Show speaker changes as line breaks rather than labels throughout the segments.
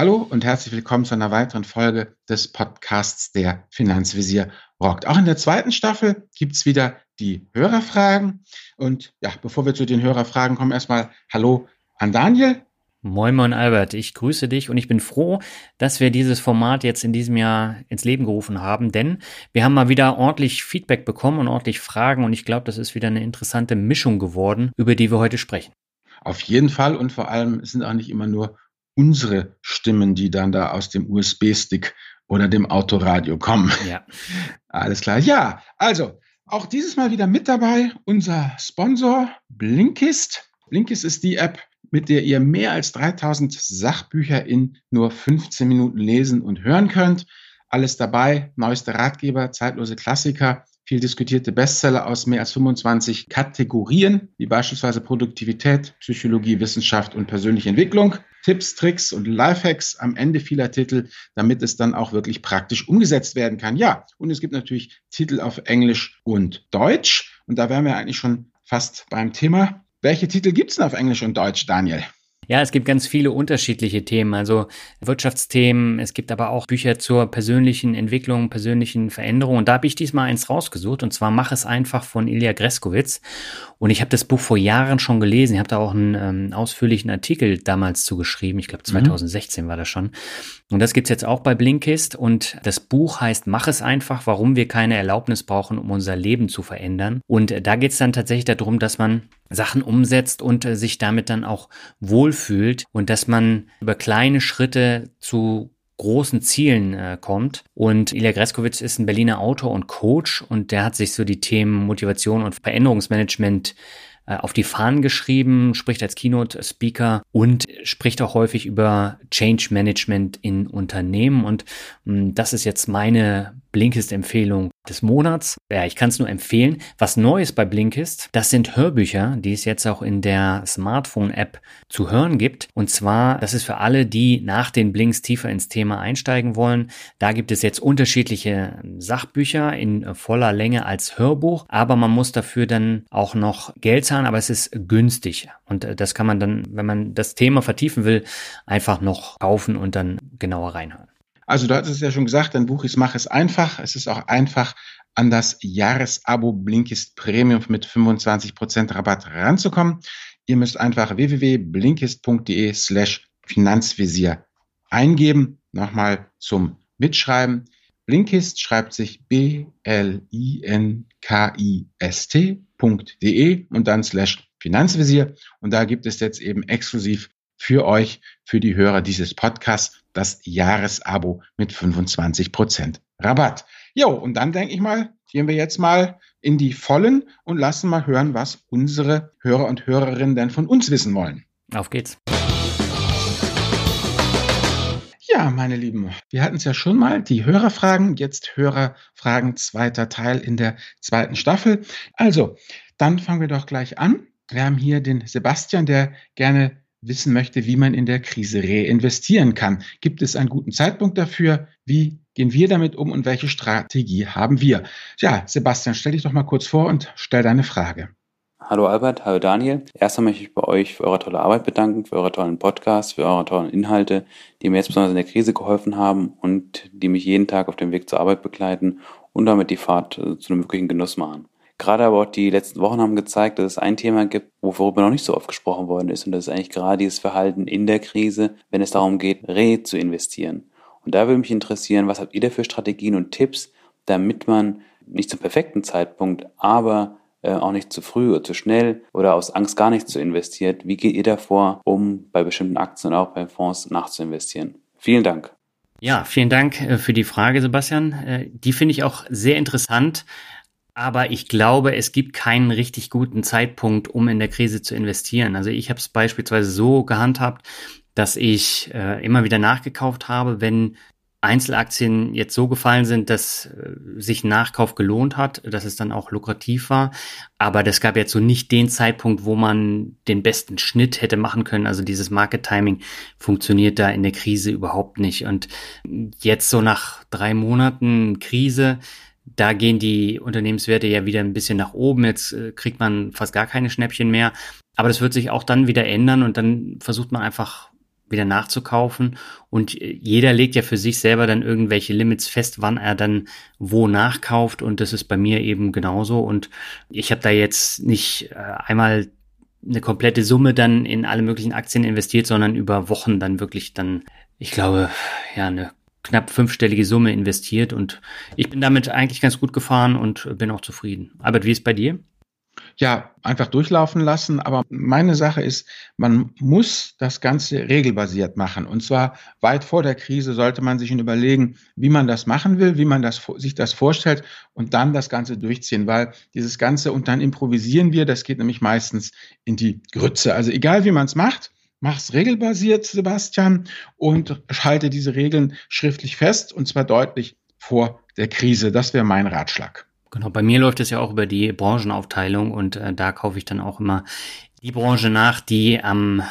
Hallo und herzlich willkommen zu einer weiteren Folge des Podcasts der Finanzvisier rockt. Auch in der zweiten Staffel gibt es wieder die Hörerfragen. Und ja, bevor wir zu den Hörerfragen kommen, erstmal Hallo an Daniel.
Moin Moin Albert, ich grüße dich und ich bin froh, dass wir dieses Format jetzt in diesem Jahr ins Leben gerufen haben, denn wir haben mal wieder ordentlich Feedback bekommen und ordentlich Fragen und ich glaube, das ist wieder eine interessante Mischung geworden, über die wir heute sprechen.
Auf jeden Fall und vor allem sind auch nicht immer nur unsere Stimmen, die dann da aus dem USB-Stick oder dem Autoradio kommen.
Ja.
Alles klar. Ja, also auch dieses Mal wieder mit dabei unser Sponsor Blinkist. Blinkist ist die App, mit der ihr mehr als 3000 Sachbücher in nur 15 Minuten lesen und hören könnt. Alles dabei, neueste Ratgeber, zeitlose Klassiker, viel diskutierte Bestseller aus mehr als 25 Kategorien, wie beispielsweise Produktivität, Psychologie, Wissenschaft und persönliche Entwicklung. Tipps, Tricks und Lifehacks am Ende vieler Titel, damit es dann auch wirklich praktisch umgesetzt werden kann. Ja, und es gibt natürlich Titel auf Englisch und Deutsch. Und da wären wir eigentlich schon fast beim Thema. Welche Titel gibt es denn auf Englisch und Deutsch, Daniel?
Ja, es gibt ganz viele unterschiedliche Themen, also Wirtschaftsthemen, es gibt aber auch Bücher zur persönlichen Entwicklung, persönlichen Veränderungen. Und da habe ich diesmal eins rausgesucht, und zwar Mach es einfach von Ilya Greskovic. Und ich habe das Buch vor Jahren schon gelesen. Ich habe da auch einen ausführlichen Artikel damals zugeschrieben. Ich glaube 2016 war das schon. Und das gibt's jetzt auch bei Blinkist. Und das Buch heißt Mach es einfach, warum wir keine Erlaubnis brauchen, um unser Leben zu verändern. Und da geht's dann tatsächlich darum, dass man Sachen umsetzt und sich damit dann auch wohlfühlt und dass man über kleine Schritte zu großen Zielen kommt. Und Ilya Greskovic ist ein Berliner Autor und Coach und der hat sich so die Themen Motivation und Veränderungsmanagement auf die Fahnen geschrieben, spricht als Keynote-Speaker und spricht auch häufig über Change Management in Unternehmen. Und das ist jetzt meine Blinkist-Empfehlung des Monats. Ja, ich kann es nur empfehlen. Was Neues bei Blinkist, das sind Hörbücher, die es jetzt auch in der Smartphone-App zu hören gibt. Und zwar, das ist für alle, die nach den Blinks tiefer ins Thema einsteigen wollen. Da gibt es jetzt unterschiedliche Sachbücher in voller Länge als Hörbuch, aber man muss dafür dann auch noch Geld zahlen, aber es ist günstig. Und das kann man dann, wenn man das Thema vertiefen will, einfach noch kaufen und dann genauer reinhören.
Also du hattest es ja schon gesagt, dein Buch ist Mach es einfach. Es ist auch einfach, an das Jahresabo Blinkist Premium mit 25% Rabatt ranzukommen. Ihr müsst einfach www.blinkist.de/Finanzvisier eingeben. Nochmal zum Mitschreiben. Blinkist schreibt sich blinkist.de und dann /Finanzvisier. Und da gibt es jetzt eben exklusiv für euch, für die Hörer dieses Podcasts, das Jahresabo mit 25% Rabatt. Jo, und dann denke ich mal, gehen wir jetzt mal in die Vollen und lassen mal hören, was unsere Hörer und Hörerinnen denn von uns wissen wollen.
Auf geht's.
Ja, meine Lieben, wir hatten es ja schon mal, die Hörerfragen, jetzt Hörerfragen, zweiter Teil in der zweiten Staffel. Also, dann fangen wir doch gleich an. Wir haben hier den Sebastian, der gerne wissen möchte, wie man in der Krise reinvestieren kann. Gibt es einen guten Zeitpunkt dafür? Wie gehen wir damit um und welche Strategie haben wir? Ja, Sebastian, stell dich doch mal kurz vor und stell deine Frage.
Hallo Albert, hallo Daniel. Erstmal möchte ich bei euch für eure tolle Arbeit bedanken, für eure tollen Podcasts, für eure tollen Inhalte, die mir jetzt besonders in der Krise geholfen haben und die mich jeden Tag auf dem Weg zur Arbeit begleiten und damit die Fahrt zu einem wirklichen Genuss machen. Gerade aber auch die letzten Wochen haben gezeigt, dass es ein Thema gibt, worüber noch nicht so oft gesprochen worden ist. Und das ist eigentlich gerade dieses Verhalten in der Krise, wenn es darum geht, zu investieren. Und da würde mich interessieren, was habt ihr da für Strategien und Tipps, damit man nicht zum perfekten Zeitpunkt, aber auch nicht zu früh oder zu schnell oder aus Angst gar nicht zu investieren. Wie geht ihr davor, um bei bestimmten Aktien und auch bei Fonds nachzuinvestieren? Vielen Dank.
Ja, vielen Dank für die Frage, Sebastian. Die finde ich auch sehr interessant. Aber ich glaube, es gibt keinen richtig guten Zeitpunkt, um in der Krise zu investieren. Also ich habe es beispielsweise so gehandhabt, dass ich immer wieder nachgekauft habe, wenn Einzelaktien jetzt so gefallen sind, dass sich ein Nachkauf gelohnt hat, dass es dann auch lukrativ war. Aber das gab jetzt so nicht den Zeitpunkt, wo man den besten Schnitt hätte machen können. Also dieses Market Timing funktioniert da in der Krise überhaupt nicht. Und jetzt so nach 3 Monaten Krise, da gehen die Unternehmenswerte ja wieder ein bisschen nach oben. Jetzt kriegt man fast gar keine Schnäppchen mehr. Aber das wird sich auch dann wieder ändern und dann versucht man einfach wieder nachzukaufen. Und jeder legt ja für sich selber dann irgendwelche Limits fest, wann er dann wo nachkauft. Und das ist bei mir eben genauso. Und ich habe da jetzt nicht einmal eine komplette Summe dann in alle möglichen Aktien investiert, sondern über Wochen dann wirklich dann, ich glaube, ja, eine knapp 5-stellige Summe investiert. Und ich bin damit eigentlich ganz gut gefahren und bin auch zufrieden. Albert, wie ist es bei dir?
Ja, einfach durchlaufen lassen. Aber meine Sache ist, man muss das Ganze regelbasiert machen. Und zwar weit vor der Krise sollte man sich überlegen, wie man das machen will, wie man sich das vorstellt und dann das Ganze durchziehen, weil dieses Ganze und dann improvisieren wir, das geht nämlich meistens in die Grütze. Also egal, wie man es macht, mach's regelbasiert, Sebastian, und halte diese Regeln schriftlich fest und zwar deutlich vor der Krise. Das wäre mein Ratschlag.
Genau, bei mir läuft es ja auch über die Branchenaufteilung und da kaufe ich dann auch immer die Branche nach, die am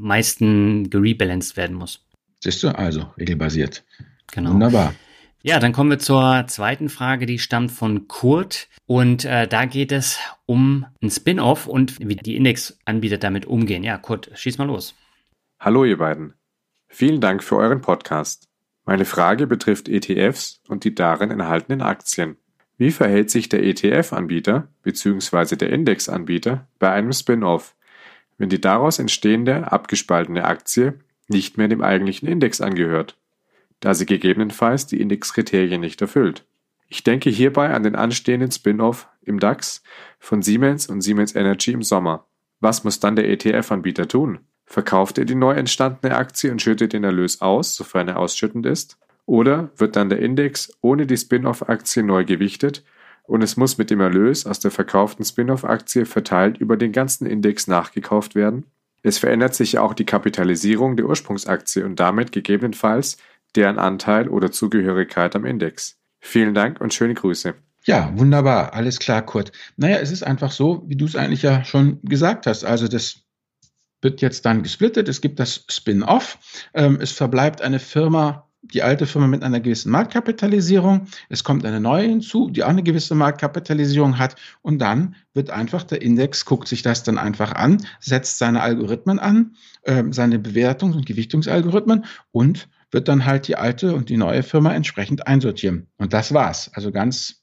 meisten gerebalanced werden muss.
Siehst du, also regelbasiert.
Genau.
Wunderbar.
Ja, dann kommen wir zur zweiten Frage, die stammt von Kurt und da geht es um ein Spin-off und wie die Indexanbieter damit umgehen. Ja, Kurt, schieß mal los.
Hallo ihr beiden. Vielen Dank für euren Podcast. Meine Frage betrifft ETFs und die darin enthaltenen Aktien. Wie verhält sich der ETF-Anbieter bzw. der Indexanbieter bei einem Spin-off, wenn die daraus entstehende, abgespaltene Aktie nicht mehr dem eigentlichen Index angehört, da sie gegebenenfalls die Indexkriterien nicht erfüllt? Ich denke hierbei an den anstehenden Spin-off im DAX von Siemens und Siemens Energy im Sommer. Was muss dann der ETF-Anbieter tun? Verkauft er die neu entstandene Aktie und schüttet den Erlös aus, sofern er ausschüttend ist? Oder wird dann der Index ohne die Spin-off-Aktie neu gewichtet und es muss mit dem Erlös aus der verkauften Spin-off-Aktie verteilt über den ganzen Index nachgekauft werden? Es verändert sich ja auch die Kapitalisierung der Ursprungsaktie und damit gegebenenfalls deren Anteil oder Zugehörigkeit am Index. Vielen Dank und schöne Grüße.
Ja, wunderbar. Alles klar, Kurt. Naja, es ist einfach so, wie du es eigentlich ja schon gesagt hast. Also das wird jetzt dann gesplittet. Es gibt das Spin-off. Es verbleibt eine Firma, die alte Firma mit einer gewissen Marktkapitalisierung. Es kommt eine neue hinzu, die auch eine gewisse Marktkapitalisierung hat. Und dann wird einfach der Index, guckt sich das dann einfach an, setzt seine Algorithmen an, seine Bewertungs- und Gewichtungsalgorithmen und wird dann halt die alte und die neue Firma entsprechend einsortieren. Und das war's. Also ganz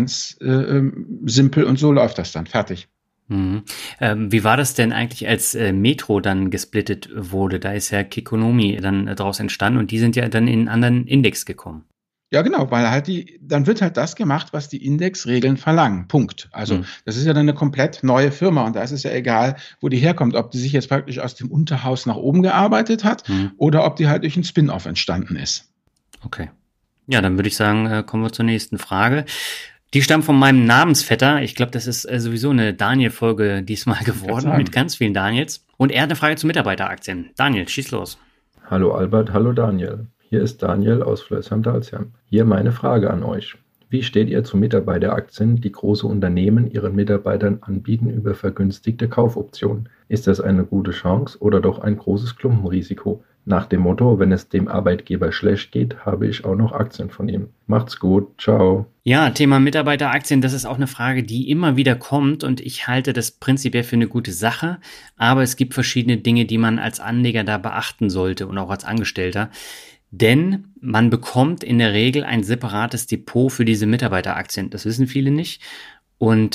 simpel und so läuft das dann. Fertig.
Mhm. Wie war das denn eigentlich, als Metro dann gesplittet wurde? Da ist ja Kikonomi dann daraus entstanden und die sind ja dann in einen anderen Index gekommen.
Ja, genau, weil halt dann wird halt das gemacht, was die Indexregeln verlangen. Punkt. Also das ist ja dann eine komplett neue Firma und da ist es ja egal, wo die herkommt, ob die sich jetzt praktisch aus dem Unterhaus nach oben gearbeitet hat oder ob die halt durch einen Spin-off entstanden ist.
Okay. Ja, dann würde ich sagen, kommen wir zur nächsten Frage. Die stammt von meinem Namensvetter. Ich glaube, das ist sowieso eine Daniel-Folge diesmal geworden mit ganz vielen Daniels. Und er hat eine Frage zu Mitarbeiteraktien. Daniel, schieß los.
Hallo Albert, hallo Daniel. Hier ist Daniel aus Flörsheim-Dalsheim. Hier meine Frage an euch. Wie steht ihr zu Mitarbeiteraktien, die große Unternehmen ihren Mitarbeitern anbieten über vergünstigte Kaufoptionen? Ist das eine gute Chance oder doch ein großes Klumpenrisiko? Nach dem Motto, wenn es dem Arbeitgeber schlecht geht, habe ich auch noch Aktien von ihm. Macht's gut, ciao.
Ja, Thema Mitarbeiteraktien, das ist auch eine Frage, die immer wieder kommt und ich halte das prinzipiell für eine gute Sache, aber es gibt verschiedene Dinge, die man als Anleger da beachten sollte und auch als Angestellter. Denn man bekommt in der Regel ein separates Depot für diese Mitarbeiteraktien. Das wissen viele nicht. Und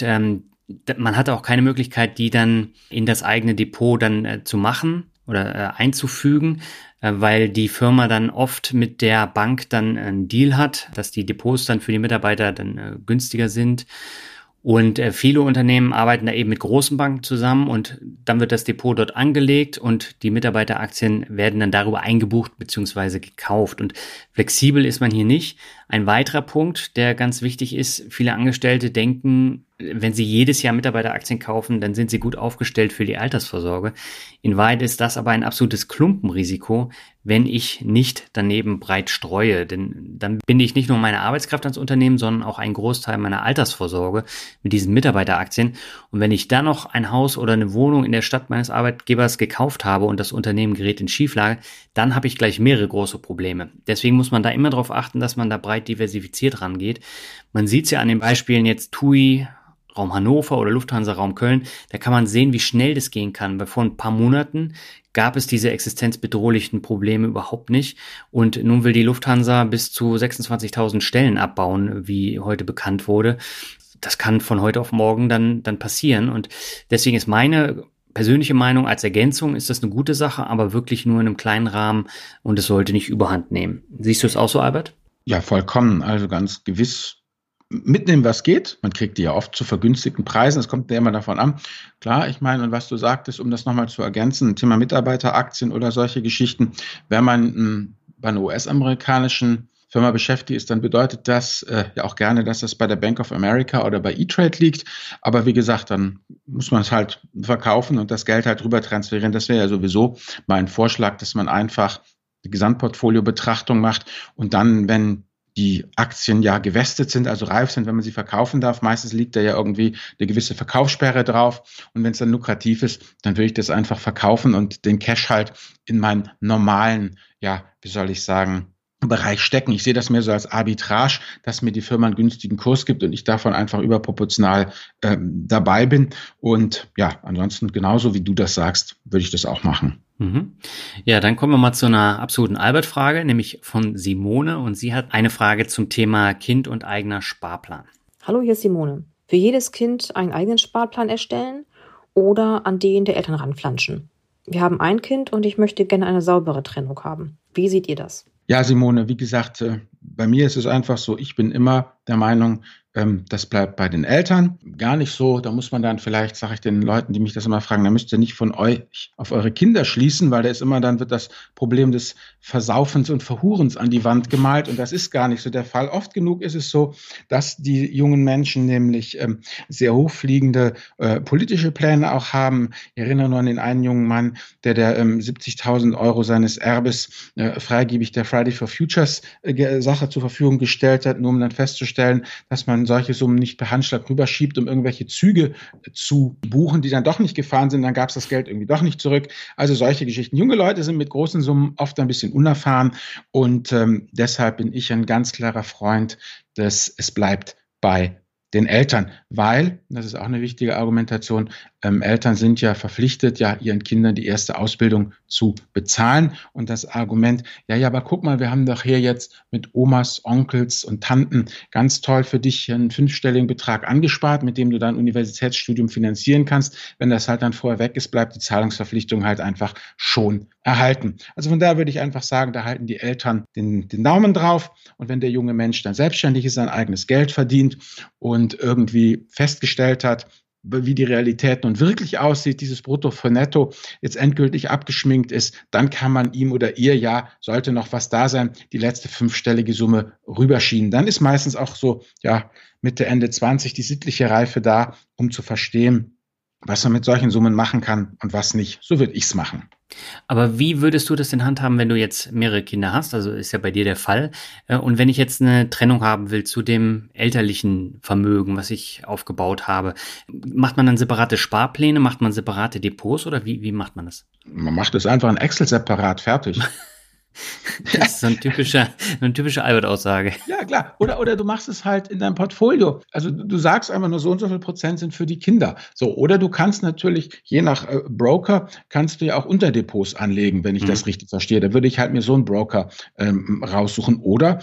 man hat auch keine Möglichkeit, die dann in das eigene Depot dann zu machen oder einzufügen, weil die Firma dann oft mit der Bank dann einen Deal hat, dass die Depots dann für die Mitarbeiter dann günstiger sind. Und viele Unternehmen arbeiten da eben mit großen Banken zusammen und dann wird das Depot dort angelegt und die Mitarbeiteraktien werden dann darüber eingebucht bzw. gekauft. Und flexibel ist man hier nicht. Ein weiterer Punkt, der ganz wichtig ist, viele Angestellte denken, wenn sie jedes Jahr Mitarbeiteraktien kaufen, dann sind sie gut aufgestellt für die Altersvorsorge. In Wahrheit ist das aber ein absolutes Klumpenrisiko, wenn ich nicht daneben breit streue. Denn dann binde ich nicht nur meine Arbeitskraft ans Unternehmen, sondern auch einen Großteil meiner Altersvorsorge mit diesen Mitarbeiteraktien. Und wenn ich dann noch ein Haus oder eine Wohnung in der Stadt meines Arbeitgebers gekauft habe und das Unternehmen gerät in Schieflage, dann habe ich gleich mehrere große Probleme. Deswegen muss man da immer darauf achten, dass man da breit diversifiziert rangeht. Man sieht es ja an den Beispielen jetzt TUI, Raum Hannover oder Lufthansa Raum Köln, da kann man sehen, wie schnell das gehen kann. Weil vor ein paar Monaten gab es diese existenzbedrohlichen Probleme überhaupt nicht. Und nun will die Lufthansa bis zu 26.000 Stellen abbauen, wie heute bekannt wurde. Das kann von heute auf morgen dann passieren. Und deswegen ist meine persönliche Meinung, als Ergänzung ist das eine gute Sache, aber wirklich nur in einem kleinen Rahmen und es sollte nicht überhand nehmen. Siehst du es auch so, Albert?
Ja, vollkommen. Also ganz gewiss mitnehmen, was geht. Man kriegt die ja oft zu vergünstigten Preisen. Es kommt ja immer davon an. Klar, ich meine, und was du sagtest, um das nochmal zu ergänzen, Thema Mitarbeiteraktien oder solche Geschichten, wenn man bei einer US-amerikanischen Firma beschäftigt ist, dann bedeutet das ja auch gerne, dass das bei der Bank of America oder bei E-Trade liegt. Aber wie gesagt, dann muss man es halt verkaufen und das Geld halt rüber transferieren. Das wäre ja sowieso mein Vorschlag, dass man einfach die Gesamtportfolio-Betrachtung macht und dann, wenn die Aktien ja gewestet sind, also reif sind, wenn man sie verkaufen darf. Meistens liegt da ja irgendwie eine gewisse Verkaufssperre drauf. Und wenn es dann lukrativ ist, dann würde ich das einfach verkaufen und den Cash halt in meinen normalen, ja, wie soll ich sagen, Bereich stecken. Ich sehe das mehr so als Arbitrage, dass mir die Firma einen günstigen Kurs gibt und ich davon einfach überproportional dabei bin. Und ja, ansonsten genauso wie du das sagst, würde ich das auch machen.
Ja, dann kommen wir mal zu einer absoluten Albert-Frage, nämlich von Simone. Und sie hat eine Frage zum Thema Kind und eigener Sparplan.
Hallo, hier ist Simone. Für jedes Kind einen eigenen Sparplan erstellen oder an den der Eltern ranflanschen? Wir haben ein Kind und ich möchte gerne eine saubere Trennung haben. Wie seht ihr das?
Ja, Simone, wie gesagt, bei mir ist es einfach so, ich bin immer der Meinung, das bleibt bei den Eltern. Gar nicht so, da muss man dann vielleicht, sage ich den Leuten, die mich das immer fragen, da müsst ihr nicht von euch auf eure Kinder schließen, weil da ist immer, dann wird das Problem des Versaufens und Verhurens an die Wand gemalt und das ist gar nicht so der Fall. Oft genug ist es so, dass die jungen Menschen nämlich sehr hochfliegende politische Pläne auch haben. Ich erinnere nur an den einen jungen Mann, der 70.000 Euro seines Erbes freigebig der Friday for Futures Sache zur Verfügung gestellt hat, nur um dann festzustellen, dass man solche Summen nicht per Handschlag rüberschiebt, um irgendwelche Züge zu buchen, die dann doch nicht gefahren sind, dann gab es das Geld irgendwie doch nicht zurück. Also solche Geschichten. Junge Leute sind mit großen Summen oft ein bisschen unerfahren und deshalb bin ich ein ganz klarer Freund, dass es bleibt bei den Eltern, weil, das ist auch eine wichtige Argumentation, Eltern sind ja verpflichtet, ja ihren Kindern die erste Ausbildung zu bezahlen. Und das Argument, ja, aber guck mal, wir haben doch hier jetzt mit Omas, Onkels und Tanten ganz toll für dich einen 5-stelligen Betrag angespart, mit dem du dein Universitätsstudium finanzieren kannst. Wenn das halt dann vorher weg ist, bleibt die Zahlungsverpflichtung halt einfach schon erhalten. Also von daher würde ich einfach sagen, da halten die Eltern den Daumen drauf. Und wenn der junge Mensch dann selbstständig ist, sein eigenes Geld verdient und irgendwie festgestellt hat, wie die Realität nun wirklich aussieht, dieses Brutto für Netto jetzt endgültig abgeschminkt ist, dann kann man ihm oder ihr, ja, sollte noch was da sein, die letzte 5-stellige Summe rüberschieben. Dann ist meistens auch so, ja, Mitte, Ende 20 die sittliche Reife da, um zu verstehen, was man mit solchen Summen machen kann und was nicht. So würde ich es machen.
Aber wie würdest du das in Hand haben, wenn du jetzt mehrere Kinder hast? Also ist ja bei dir der Fall. Und wenn ich jetzt eine Trennung haben will zu dem elterlichen Vermögen, was ich aufgebaut habe, macht man dann separate Sparpläne, macht man separate Depots oder wie macht man das?
Man macht es einfach in Excel separat, fertig.
Das ist so eine typische Albert-Aussage.
Ja, klar. Oder du machst es halt in deinem Portfolio. Also du sagst einfach nur so und so viel Prozent sind für die Kinder. So, oder du kannst natürlich, je nach Broker, kannst du ja auch Unterdepots anlegen, wenn ich das richtig verstehe. Da würde ich halt mir so einen Broker raussuchen. Oder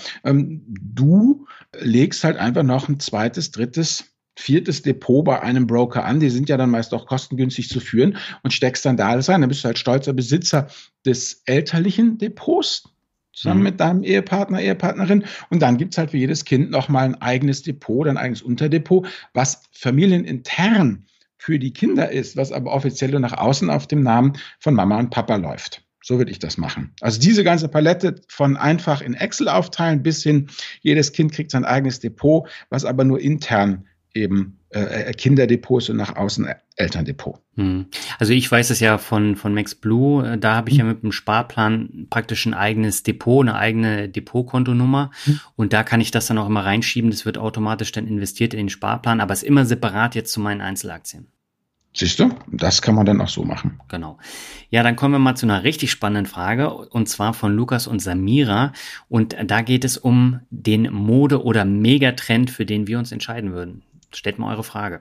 du legst halt einfach noch ein zweites, drittes, 4. Depot bei einem Broker an, die sind ja dann meist auch kostengünstig zu führen und steckst dann da alles rein. Dann bist du halt stolzer Besitzer des elterlichen Depots zusammen mit deinem Ehepartner, Ehepartnerin. Und dann gibt's halt für jedes Kind nochmal ein eigenes Depot, ein eigenes Unterdepot, was familienintern für die Kinder ist, was aber offiziell nach außen auf dem Namen von Mama und Papa läuft. So würde ich das machen. Also diese ganze Palette von einfach in Excel aufteilen bis hin, jedes Kind kriegt sein eigenes Depot, was aber nur intern eben Kinderdepots und nach außen Elterndepot.
Also ich weiß es ja von Max Blue, da habe ich ja mit dem Sparplan praktisch ein eigenes Depot, eine eigene Depotkontonummer und da kann ich das dann auch immer reinschieben, das wird automatisch dann investiert in den Sparplan, aber es ist immer separat jetzt zu meinen Einzelaktien.
Siehst du, das kann man dann auch so machen.
Genau. Ja, dann kommen wir mal zu einer richtig spannenden Frage und zwar von Lukas und Samira und da geht es um den Mode- oder Megatrend, für den wir uns entscheiden würden. Stellt mal eure Frage.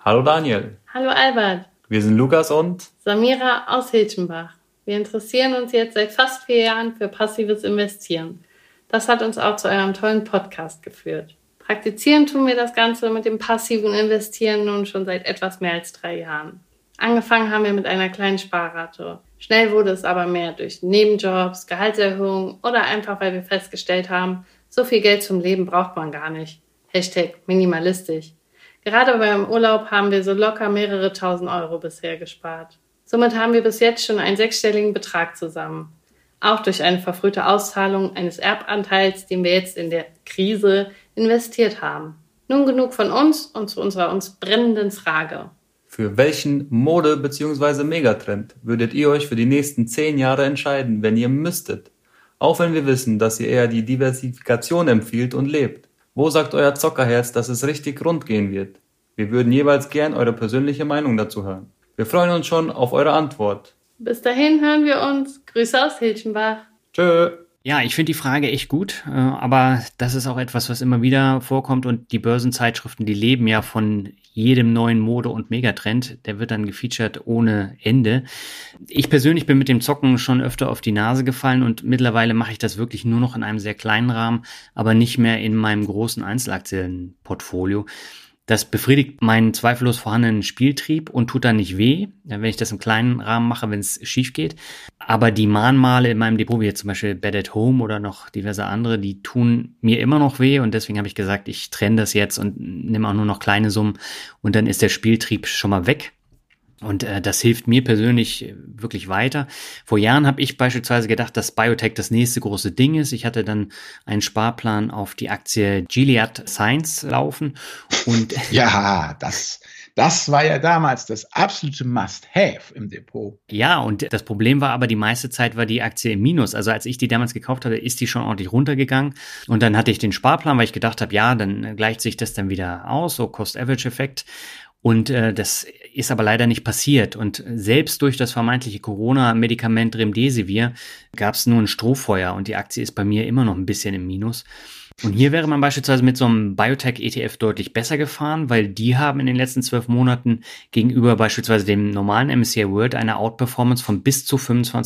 Hallo Daniel.
Hallo Albert.
Wir sind Lukas und
Samira aus Hilchenbach. Wir interessieren uns jetzt seit fast 4 Jahren für passives Investieren. Das hat uns auch zu eurem tollen Podcast geführt. Praktizieren tun wir das Ganze mit dem passiven Investieren nun schon seit etwas mehr als 3 Jahren. Angefangen haben wir mit einer kleinen Sparrate. Schnell wurde es aber mehr durch Nebenjobs, Gehaltserhöhungen oder einfach, weil wir festgestellt haben, so viel Geld zum Leben braucht man gar nicht. #minimalistisch. Gerade beim Urlaub haben wir so locker mehrere tausend Euro bisher gespart. Somit haben wir bis jetzt schon einen 6-stelligen Betrag zusammen. Auch durch eine verfrühte Auszahlung eines Erbanteils, den wir jetzt in der Krise investiert haben. Nun genug von uns und zu unserer uns brennenden Frage.
für welchen Mode- bzw. Megatrend würdet ihr euch für die nächsten 10 Jahre entscheiden, wenn ihr müsstet? Auch wenn wir wissen, dass ihr eher die Diversifikation empfiehlt und lebt. Wo sagt euer Zockerherz, dass es richtig rund gehen wird? Wir würden jeweils gern eure persönliche Meinung dazu hören. Wir freuen uns schon auf eure Antwort.
Bis dahin hören wir uns. Grüße aus Hilchenbach.
Tschö.
Ja, ich finde die Frage echt gut, aber das ist auch etwas, was immer wieder vorkommt und die Börsenzeitschriften, die leben ja von jedem neuen Mode- und Megatrend, der wird dann gefeatured ohne Ende. Ich persönlich bin mit dem Zocken schon öfter auf die Nase gefallen und mittlerweile mache ich das wirklich nur noch in einem sehr kleinen Rahmen, aber nicht mehr in meinem großen Einzelaktienportfolio. Das befriedigt meinen zweifellos vorhandenen Spieltrieb und tut dann nicht weh, wenn ich das im kleinen Rahmen mache, wenn es schief geht. Aber die Mahnmale in meinem Depot, wie jetzt zum Beispiel Bet at Home oder noch diverse andere, die tun mir immer noch weh und deswegen habe ich gesagt, ich trenne das jetzt und nehme auch nur noch kleine Summen und dann ist der Spieltrieb schon mal weg. Und das hilft mir persönlich wirklich weiter. Vor Jahren habe ich beispielsweise gedacht, dass Biotech das nächste große Ding ist. Ich hatte dann einen Sparplan auf die Aktie Gilead Sciences laufen. Und
ja, das war ja damals das absolute Must-Have im Depot.
Ja, und das Problem war aber, die meiste Zeit war die Aktie im Minus. Also als ich die damals gekauft hatte, ist die schon ordentlich runtergegangen. Und dann hatte ich den Sparplan, weil ich gedacht habe, ja, dann gleicht sich das dann wieder aus, so Cost-Average-Effekt. Und das ist aber leider nicht passiert. Und selbst durch das vermeintliche Corona-Medikament Remdesivir gab es nur ein Strohfeuer und die Aktie ist bei mir immer noch ein bisschen im Minus. Und hier wäre man beispielsweise mit so einem Biotech-ETF deutlich besser gefahren, weil die haben in den letzten 12 Monaten gegenüber beispielsweise dem normalen MSCI World eine Outperformance von bis zu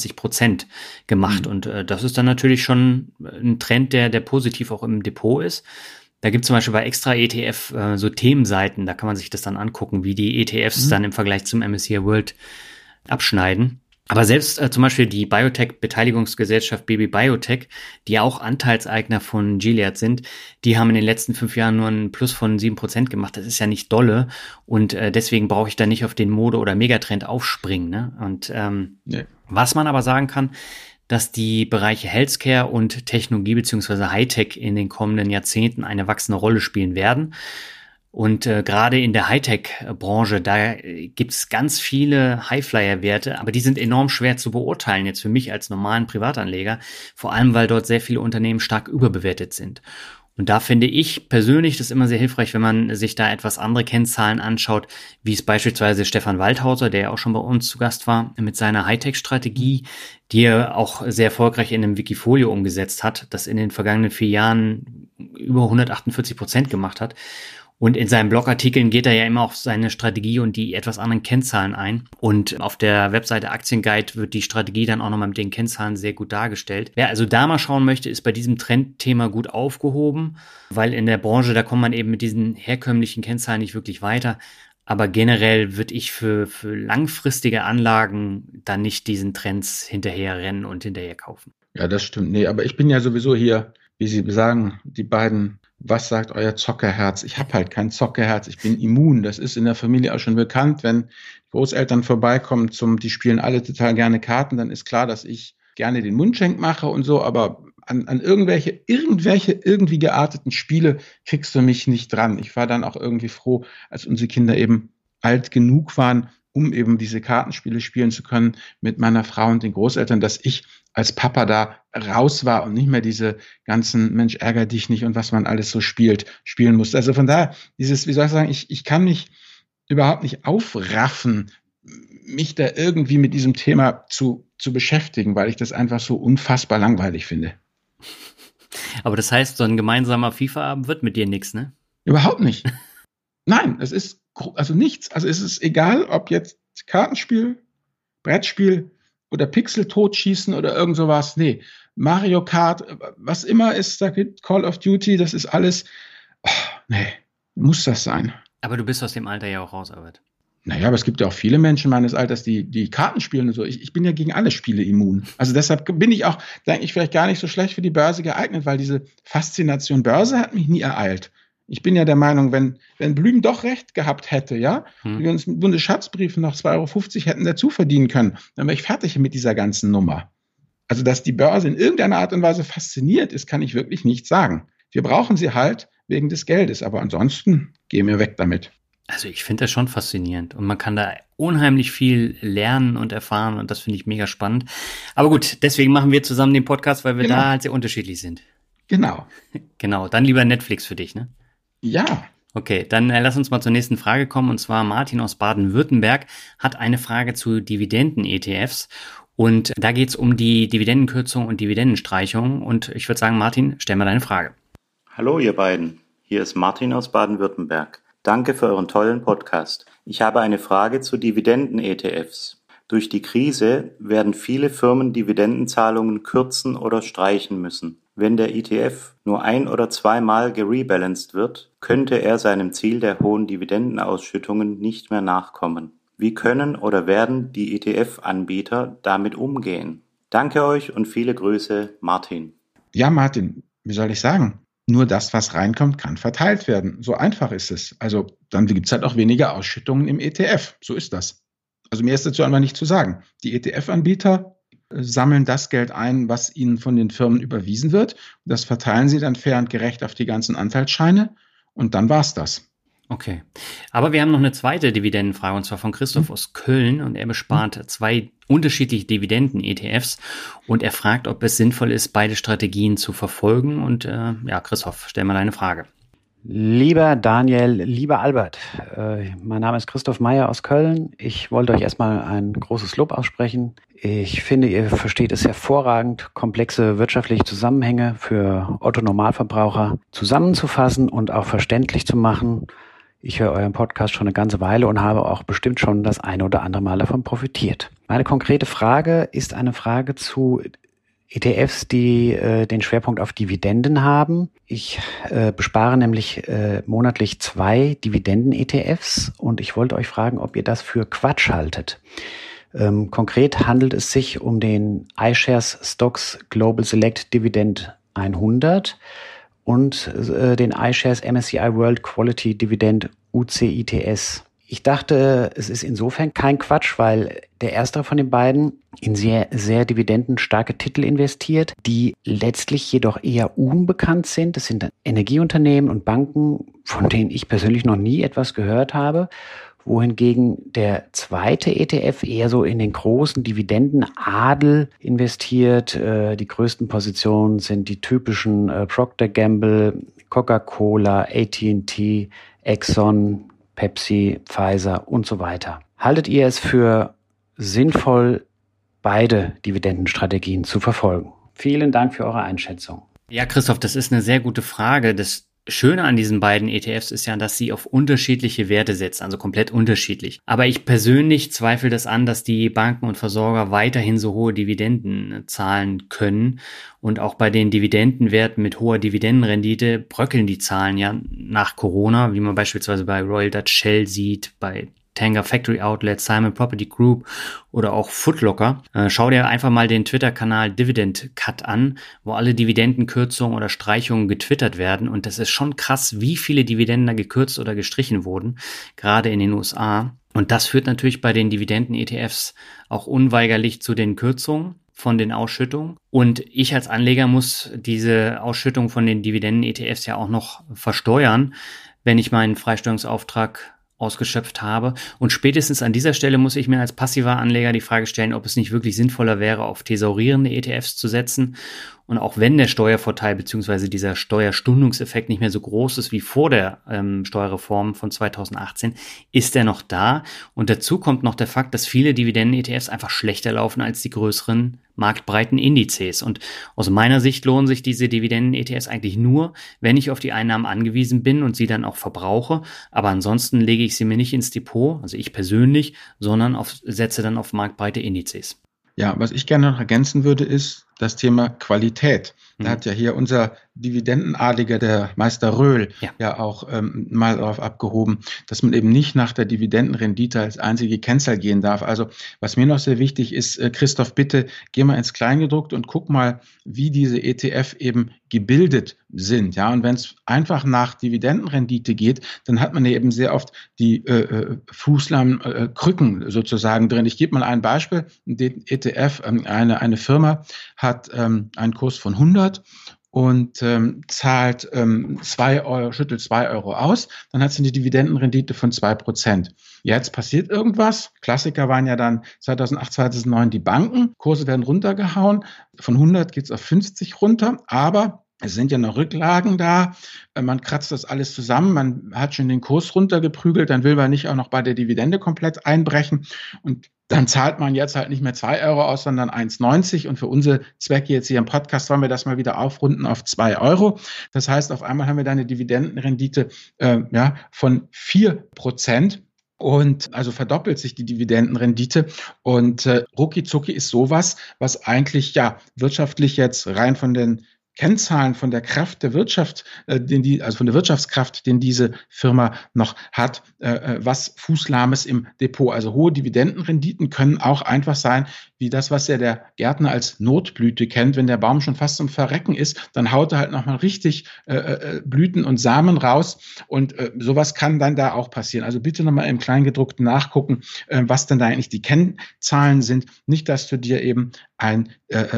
25% gemacht. Und das ist dann natürlich schon ein Trend, der positiv auch im Depot ist. Da gibt es zum Beispiel bei Extra ETF so Themenseiten, da kann man sich das dann angucken, wie die ETFs dann im Vergleich zum MSCI World abschneiden. Aber selbst zum Beispiel die Biotech-Beteiligungsgesellschaft BB Biotech, die auch Anteilseigner von Gilead sind, die haben in den letzten 5 Jahren nur einen Plus von 7% gemacht. Das ist ja nicht dolle und deswegen brauche ich da nicht auf den Mode- oder Megatrend aufspringen. Ne? Und was man aber sagen kann, dass die Bereiche Healthcare und Technologie bzw. Hightech in den kommenden Jahrzehnten eine wachsende Rolle spielen werden. Und gerade in der Hightech-Branche, da gibt's ganz viele Highflyer-Werte, aber die sind enorm schwer zu beurteilen jetzt für mich als normalen Privatanleger, vor allem weil dort sehr viele Unternehmen stark überbewertet sind. Und da finde ich persönlich das immer sehr hilfreich, wenn man sich da etwas andere Kennzahlen anschaut, wie es beispielsweise Stefan Waldhauser, der ja auch schon bei uns zu Gast war, mit seiner Hightech-Strategie, die er auch sehr erfolgreich in einem Wikifolio umgesetzt hat, das in den vergangenen 4 Jahren über 148% gemacht hat. Und in seinen Blogartikeln geht er ja immer auf seine Strategie und die etwas anderen Kennzahlen ein. Und auf der Webseite Aktienguide wird die Strategie dann auch nochmal mit den Kennzahlen sehr gut dargestellt. Wer also da mal schauen möchte, ist bei diesem Trendthema gut aufgehoben, weil in der Branche, da kommt man eben mit diesen herkömmlichen Kennzahlen nicht wirklich weiter. Aber generell würde ich für langfristige Anlagen dann nicht diesen Trends hinterherrennen und hinterher kaufen.
Ja, das stimmt. Nee, aber ich bin ja sowieso hier, wie Sie sagen, die beiden. Was sagt euer Zockerherz? Ich habe halt kein Zockerherz, ich bin immun. Das ist in der Familie auch schon bekannt. Wenn die Großeltern vorbeikommen, die spielen alle total gerne Karten, dann ist klar, dass ich gerne den Mundschenk mache und so, aber an irgendwelche irgendwie gearteten Spiele kriegst du mich nicht dran. Ich war dann auch irgendwie froh, als unsere Kinder eben alt genug waren, um eben diese Kartenspiele spielen zu können mit meiner Frau und den Großeltern, dass ich als Papa da raus war und nicht mehr diese ganzen Mensch, ärger dich nicht und was man alles so spielen musste. Also von daher, wie soll ich sagen, ich kann mich überhaupt nicht aufraffen, mich da irgendwie mit diesem Thema zu beschäftigen, weil ich das einfach so unfassbar langweilig finde.
Aber das heißt, so ein gemeinsamer FIFA-Abend wird mit dir nichts, ne?
Überhaupt nicht. Nein, es ist also nichts. Also es ist egal, ob jetzt Kartenspiel, Brettspiel oder Pixel totschießen oder irgend sowas. Nee, Mario Kart, was immer es da gibt, Call of Duty, das ist alles, nee, muss das sein.
Aber du bist aus dem Alter ja auch raus, Albert.
Naja, aber es gibt ja auch viele Menschen meines Alters, die Karten spielen und so. Ich bin ja gegen alle Spiele immun. Also deshalb bin ich auch, denke ich, vielleicht gar nicht so schlecht für die Börse geeignet, weil diese Faszination Börse hat mich nie ereilt. Ich bin ja der Meinung, wenn Blüm doch recht gehabt hätte, ja, wir uns mit Bundesschatzbriefen noch 2,50 € hätten dazu verdienen können, dann wäre ich fertig mit dieser ganzen Nummer. Also, dass die Börse in irgendeiner Art und Weise fasziniert ist, kann ich wirklich nicht sagen. Wir brauchen sie halt wegen des Geldes, aber ansonsten gehen wir weg damit.
Also ich finde das schon faszinierend und man kann da unheimlich viel lernen und erfahren und das finde ich mega spannend. Aber gut, deswegen machen wir zusammen den Podcast, weil wir da halt sehr unterschiedlich sind.
Genau.
Genau, dann lieber Netflix für dich, ne?
Ja.
Okay, dann lass uns mal zur nächsten Frage kommen und zwar Martin aus Baden-Württemberg hat eine Frage zu Dividenden-ETFs und da geht es um die Dividendenkürzung und Dividendenstreichung und ich würde sagen, Martin, stell mal deine Frage.
Hallo ihr beiden, hier ist Martin aus Baden-Württemberg. Danke für euren tollen Podcast. Ich habe eine Frage zu Dividenden-ETFs. Durch die Krise werden viele Firmen Dividendenzahlungen kürzen oder streichen müssen. Wenn der ETF nur 1- oder 2-mal gerebalanced wird, könnte er seinem Ziel der hohen Dividendenausschüttungen nicht mehr nachkommen. Wie können oder werden die ETF-Anbieter damit umgehen? Danke euch und viele Grüße, Martin.
Ja, Martin, wie soll ich sagen? Nur das, was reinkommt, kann verteilt werden. So einfach ist es. Also dann gibt es halt auch weniger Ausschüttungen im ETF. So ist das. Also mir ist dazu einfach nicht zu sagen. Die ETF-Anbieter sammeln das Geld ein, was ihnen von den Firmen überwiesen wird. Das verteilen sie dann fair und gerecht auf die ganzen Anteilsscheine und dann war's das.
Okay. Aber wir haben noch eine zweite Dividendenfrage und zwar von Christoph aus Köln und er bespart 2 unterschiedliche Dividenden-ETFs und er fragt, ob es sinnvoll ist, beide Strategien zu verfolgen und ja, Christoph, stell mal deine Frage.
Lieber Daniel, lieber Albert, mein Name ist Christoph Meyer aus Köln. Ich wollte euch erstmal ein großes Lob aussprechen. Ich finde, ihr versteht es hervorragend, komplexe wirtschaftliche Zusammenhänge für Otto-Normalverbraucher zusammenzufassen und auch verständlich zu machen. Ich höre euren Podcast schon eine ganze Weile und habe auch bestimmt schon das eine oder andere Mal davon profitiert. Meine konkrete Frage ist eine Frage zu ETFs, die den Schwerpunkt auf Dividenden haben. Ich bespare nämlich monatlich 2 Dividenden-ETFs und ich wollte euch fragen, ob ihr das für Quatsch haltet. Konkret handelt es sich um den iShares Stocks Global Select Dividend 100 und den iShares MSCI World Quality Dividend UCITS. Ich dachte, es ist insofern kein Quatsch, weil der erstere von den beiden in sehr, sehr dividendenstarke Titel investiert, die letztlich jedoch eher unbekannt sind. Das sind Energieunternehmen und Banken, von denen ich persönlich noch nie etwas gehört habe, wohingegen der zweite ETF eher so in den großen Dividendenadel investiert. Die größten Positionen sind die typischen Procter & Gamble, Coca-Cola, AT&T, Exxon, Pepsi, Pfizer und so weiter. Haltet ihr es für sinnvoll, beide Dividendenstrategien zu verfolgen? Vielen Dank für eure Einschätzung.
Ja, Christoph, das ist eine sehr gute Frage. Das Schöne an diesen beiden ETFs ist ja, dass sie auf unterschiedliche Werte setzen, also komplett unterschiedlich. Aber ich persönlich zweifle das an, dass die Banken und Versorger weiterhin so hohe Dividenden zahlen können. Und auch bei den Dividendenwerten mit hoher Dividendenrendite bröckeln die Zahlen ja nach Corona, wie man beispielsweise bei Royal Dutch Shell sieht, bei Tanger Factory Outlet, Simon Property Group oder auch Foot Locker. Schau dir einfach mal den Twitter-Kanal Dividend Cut an, wo alle Dividendenkürzungen oder Streichungen getwittert werden. Und das ist schon krass, wie viele Dividenden da gekürzt oder gestrichen wurden, gerade in den USA. Und das führt natürlich bei den Dividenden-ETFs auch unweigerlich zu den Kürzungen von den Ausschüttungen. Und ich als Anleger muss diese Ausschüttung von den Dividenden-ETFs ja auch noch versteuern, wenn ich meinen Freistellungsauftrag ausgeschöpft habe. Und spätestens an dieser Stelle muss ich mir als passiver Anleger die Frage stellen, ob es nicht wirklich sinnvoller wäre, auf thesaurierende ETFs zu setzen Und auch wenn der Steuervorteil bzw. dieser Steuerstundungseffekt nicht mehr so groß ist wie vor der Steuerreform von 2018, ist er noch da. Und dazu kommt noch der Fakt, dass viele Dividenden-ETFs einfach schlechter laufen als die größeren marktbreiten Indizes. Und aus meiner Sicht lohnen sich diese Dividenden-ETFs eigentlich nur, wenn ich auf die Einnahmen angewiesen bin und sie dann auch verbrauche. Aber ansonsten lege ich sie mir nicht ins Depot, also ich persönlich, sondern setze dann auf marktbreite Indizes.
Ja, was ich gerne noch ergänzen würde, ist das Thema Qualität. Da hat ja hier unser Dividendenadliger, der Meister Röhl, ja auch mal darauf abgehoben, dass man eben nicht nach der Dividendenrendite als einzige Kennzahl gehen darf. Also was mir noch sehr wichtig ist, Christoph, bitte geh mal ins Kleingedruckte und guck mal, wie diese ETF eben gebildet sind. Ja, und wenn es einfach nach Dividendenrendite geht, dann hat man ja eben sehr oft die fußlahmen Krücken sozusagen drin. Ich gebe mal ein Beispiel. Den ETF, eine Firma hat einen Kurs von 100 und zahlt 2 Euro, schüttelt 2 Euro aus, dann hat sie eine Dividendenrendite von 2%. Jetzt passiert irgendwas. Klassiker waren ja dann 2008, 2009 die Banken. Kurse werden runtergehauen. Von 100 geht es auf 50 runter, aber es sind ja noch Rücklagen da. Man kratzt das alles zusammen. Man hat schon den Kurs runtergeprügelt. Dann will man nicht auch noch bei der Dividende komplett einbrechen. Und dann zahlt man jetzt halt nicht mehr 2 Euro aus, sondern 1,90. Und für unsere Zwecke jetzt hier im Podcast wollen wir das mal wieder aufrunden auf 2 Euro. Das heißt, auf einmal haben wir da eine Dividendenrendite von 4%. Und also verdoppelt sich die Dividendenrendite und rucki zucki ist sowas, was eigentlich ja wirtschaftlich jetzt rein von den Kennzahlen von der Kraft der Wirtschaft, also von der Wirtschaftskraft, den diese Firma noch hat, was Fußlahmes im Depot. Also hohe Dividendenrenditen können auch einfach sein, wie das, was ja der Gärtner als Notblüte kennt. Wenn der Baum schon fast zum Verrecken ist, dann haut er halt nochmal richtig Blüten und Samen raus. Und sowas kann dann da auch passieren. Also bitte nochmal im Kleingedruckten nachgucken, was denn da eigentlich die Kennzahlen sind. Nicht, dass du dir eben ein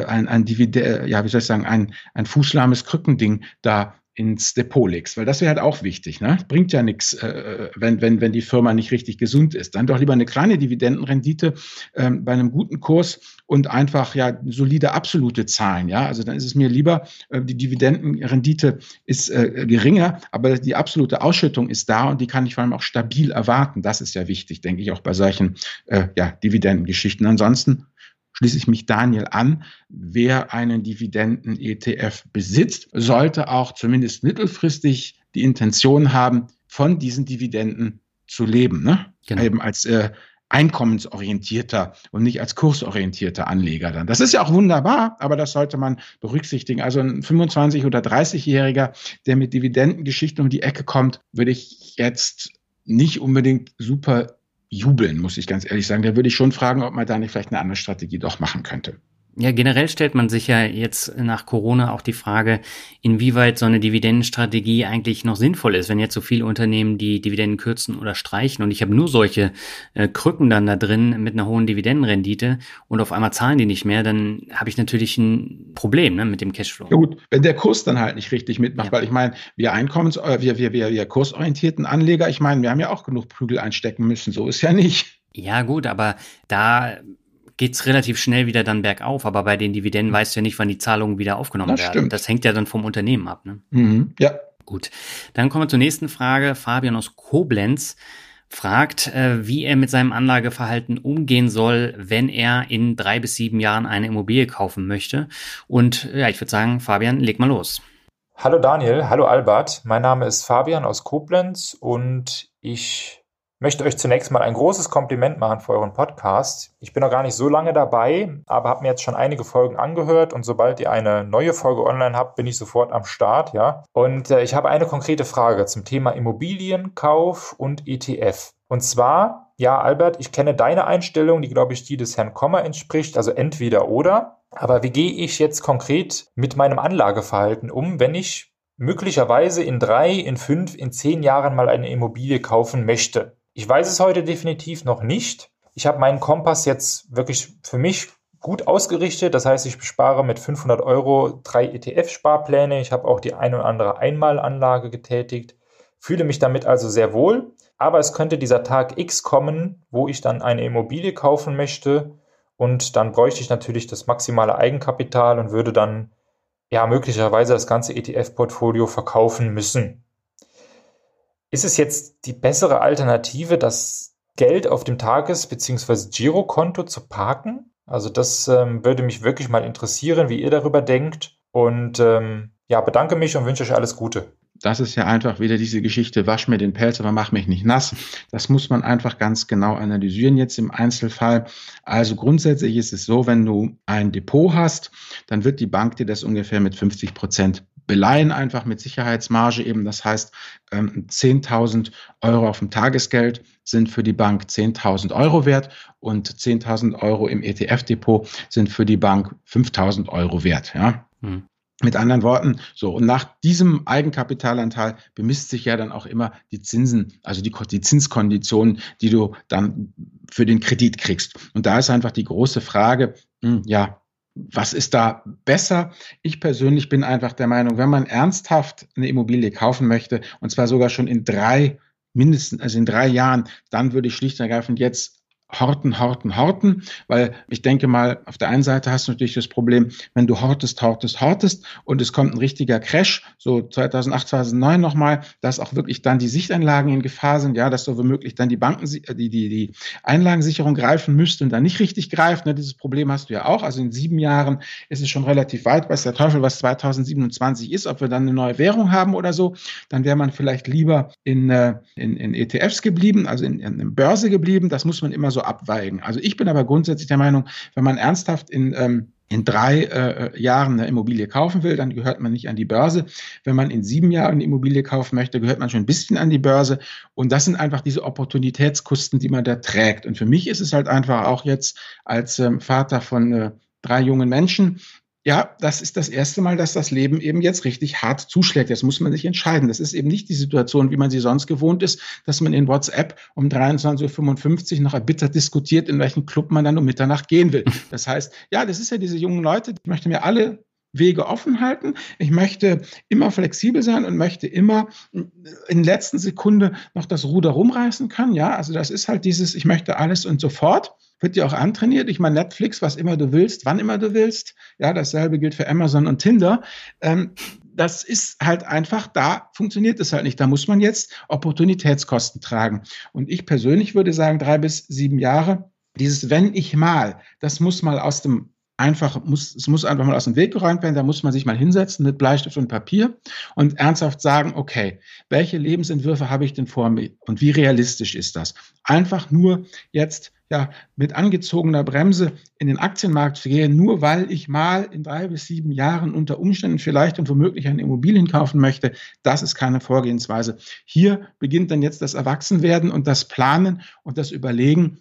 fußlahmes Krückending da ins Depot legst, weil das wäre halt auch wichtig, ne? Bringt ja nichts, wenn die Firma nicht richtig gesund ist. Dann doch lieber eine kleine Dividendenrendite bei einem guten Kurs und einfach solide absolute Zahlen, ja. Also dann ist es mir lieber, die Dividendenrendite ist geringer, aber die absolute Ausschüttung ist da und die kann ich vor allem auch stabil erwarten. Das ist ja wichtig, denke ich, auch bei solchen Dividendengeschichten. Ansonsten schließe ich mich Daniel an. Wer einen Dividenden-ETF besitzt, sollte auch zumindest mittelfristig die Intention haben, von diesen Dividenden zu leben. Ne? Genau. Eben als einkommensorientierter und nicht als kursorientierter Anleger dann. Das ist ja auch wunderbar, aber das sollte man berücksichtigen. Also ein 25- oder 30-Jähriger, der mit Dividendengeschichten um die Ecke kommt, würde ich jetzt nicht unbedingt super jubeln, muss ich ganz ehrlich sagen. Da würde ich schon fragen, ob man da nicht vielleicht eine andere Strategie doch machen könnte.
Ja, generell stellt man sich ja jetzt nach Corona auch die Frage, inwieweit so eine Dividendenstrategie eigentlich noch sinnvoll ist, wenn jetzt so viele Unternehmen die Dividenden kürzen oder streichen und ich habe nur solche Krücken dann da drin mit einer hohen Dividendenrendite und auf einmal zahlen die nicht mehr, dann habe ich natürlich ein Problem, ne, mit dem Cashflow.
Ja gut, wenn der Kurs dann halt nicht richtig mitmacht, weil ich meine, wir kursorientierten Anleger, ich meine, wir haben ja auch genug Prügel einstecken müssen, so ist ja nicht.
Ja gut, aber da geht's relativ schnell wieder dann bergauf, aber bei den Dividenden weißt du ja nicht, wann die Zahlungen wieder aufgenommen werden.
Stimmt.
Das hängt ja dann vom Unternehmen ab. Ne?
Mhm, ja.
Gut, dann kommen wir zur nächsten Frage. Fabian aus Koblenz fragt, wie er mit seinem Anlageverhalten umgehen soll, wenn er in 3 bis 7 Jahren eine Immobilie kaufen möchte. Und ja, ich würde sagen, Fabian, leg mal los.
Hallo Daniel, hallo Albert. Mein Name ist Fabian aus Koblenz und ich möchte euch zunächst mal ein großes Kompliment machen für euren Podcast. Ich bin noch gar nicht so lange dabei, aber habe mir jetzt schon einige Folgen angehört und sobald ihr eine neue Folge online habt, bin ich sofort am Start, ja. Und ich habe eine konkrete Frage zum Thema Immobilienkauf und ETF. Und zwar, ja Albert, ich kenne deine Einstellung, die glaube ich die des Herrn Kommer entspricht, also entweder oder. Aber wie gehe ich jetzt konkret mit meinem Anlageverhalten um, wenn ich möglicherweise in 3, in 5, in 10 Jahren mal eine Immobilie kaufen möchte? Ich weiß es heute definitiv noch nicht. Ich habe meinen Kompass jetzt wirklich für mich gut ausgerichtet. Das heißt, ich bespare mit 500 Euro 3 ETF-Sparpläne. Ich habe auch die ein oder andere Einmalanlage getätigt. Fühle mich damit also sehr wohl. Aber es könnte dieser Tag X kommen, wo ich dann eine Immobilie kaufen möchte. Und dann bräuchte ich natürlich das maximale Eigenkapital und würde dann möglicherweise das ganze ETF-Portfolio verkaufen müssen. Ist es jetzt die bessere Alternative, das Geld auf dem Tages- bzw. Girokonto zu parken? Also das würde mich wirklich mal interessieren, wie ihr darüber denkt. Und bedanke mich und wünsche euch alles Gute.
Das ist ja einfach wieder diese Geschichte, wasch mir den Pelz, aber mach mich nicht nass. Das muss man einfach ganz genau analysieren jetzt im Einzelfall. Also grundsätzlich ist es so, wenn du ein Depot hast, dann wird die Bank dir das ungefähr mit 50% beleihen, einfach mit Sicherheitsmarge eben. Das heißt, 10.000 Euro auf dem Tagesgeld sind für die Bank 10.000 Euro wert und 10.000 Euro im ETF-Depot sind für die Bank 5.000 Euro wert. Ja. Mit anderen Worten, so, und nach diesem Eigenkapitalanteil bemisst sich ja dann auch immer die Zinsen, also die Zinskonditionen, die du dann für den Kredit kriegst. Und da ist einfach die große Frage, was ist da besser? Ich persönlich bin einfach der Meinung, wenn man ernsthaft eine Immobilie kaufen möchte, und zwar sogar schon in 3 Jahren, dann würde ich schlicht und ergreifend jetzt horten, weil ich denke mal, auf der einen Seite hast du natürlich das Problem, wenn du hortest und es kommt ein richtiger Crash, so 2008, 2009 nochmal, dass auch wirklich dann die Sichteinlagen in Gefahr sind, ja, dass so womöglich dann die Banken, die Einlagensicherung greifen müsste und dann nicht richtig greift, ne, dieses Problem hast du ja auch, also in 7 Jahren ist es schon relativ weit, weiß der Teufel, was 2027 ist, ob wir dann eine neue Währung haben oder so, dann wäre man vielleicht lieber in ETFs geblieben, also in Börse geblieben, das muss man immer so abweigen. Also ich bin aber grundsätzlich der Meinung, wenn man ernsthaft in 3 Jahren eine Immobilie kaufen will, dann gehört man nicht an die Börse. Wenn man in 7 Jahren eine Immobilie kaufen möchte, gehört man schon ein bisschen an die Börse. Und das sind einfach diese Opportunitätskosten, die man da trägt. Und für mich ist es halt einfach auch jetzt als Vater von 3 jungen Menschen, ja, das ist das erste Mal, dass das Leben eben jetzt richtig hart zuschlägt. Jetzt muss man sich entscheiden. Das ist eben nicht die Situation, wie man sie sonst gewohnt ist, dass man in WhatsApp um 23.55 Uhr noch erbittert diskutiert, in welchen Club man dann um Mitternacht gehen will. Das heißt, ja, das ist ja diese jungen Leute, ich möchte mir alle Wege offen halten. Ich möchte immer flexibel sein und möchte immer in letzter Sekunde noch das Ruder rumreißen können. Ja, also das ist halt dieses, ich möchte alles und sofort. Wird ja auch antrainiert. Ich meine, Netflix, was immer du willst, wann immer du willst. Ja, dasselbe gilt für Amazon und Tinder. Das ist halt einfach, da funktioniert es halt nicht. Da muss man jetzt Opportunitätskosten tragen. Und ich persönlich würde sagen, 3 bis 7 Jahre, dieses wenn ich mal, das muss mal aus dem es muss einfach mal aus dem Weg geräumt werden, da muss man sich mal hinsetzen mit Bleistift und Papier und ernsthaft sagen, okay, welche Lebensentwürfe habe ich denn vor mir und wie realistisch ist das? Einfach nur jetzt mit angezogener Bremse in den Aktienmarkt zu gehen, nur weil ich mal in 3 bis 7 Jahren unter Umständen vielleicht und womöglich eine Immobilien kaufen möchte, das ist keine Vorgehensweise. Hier beginnt dann jetzt das Erwachsenwerden und das Planen und das Überlegen,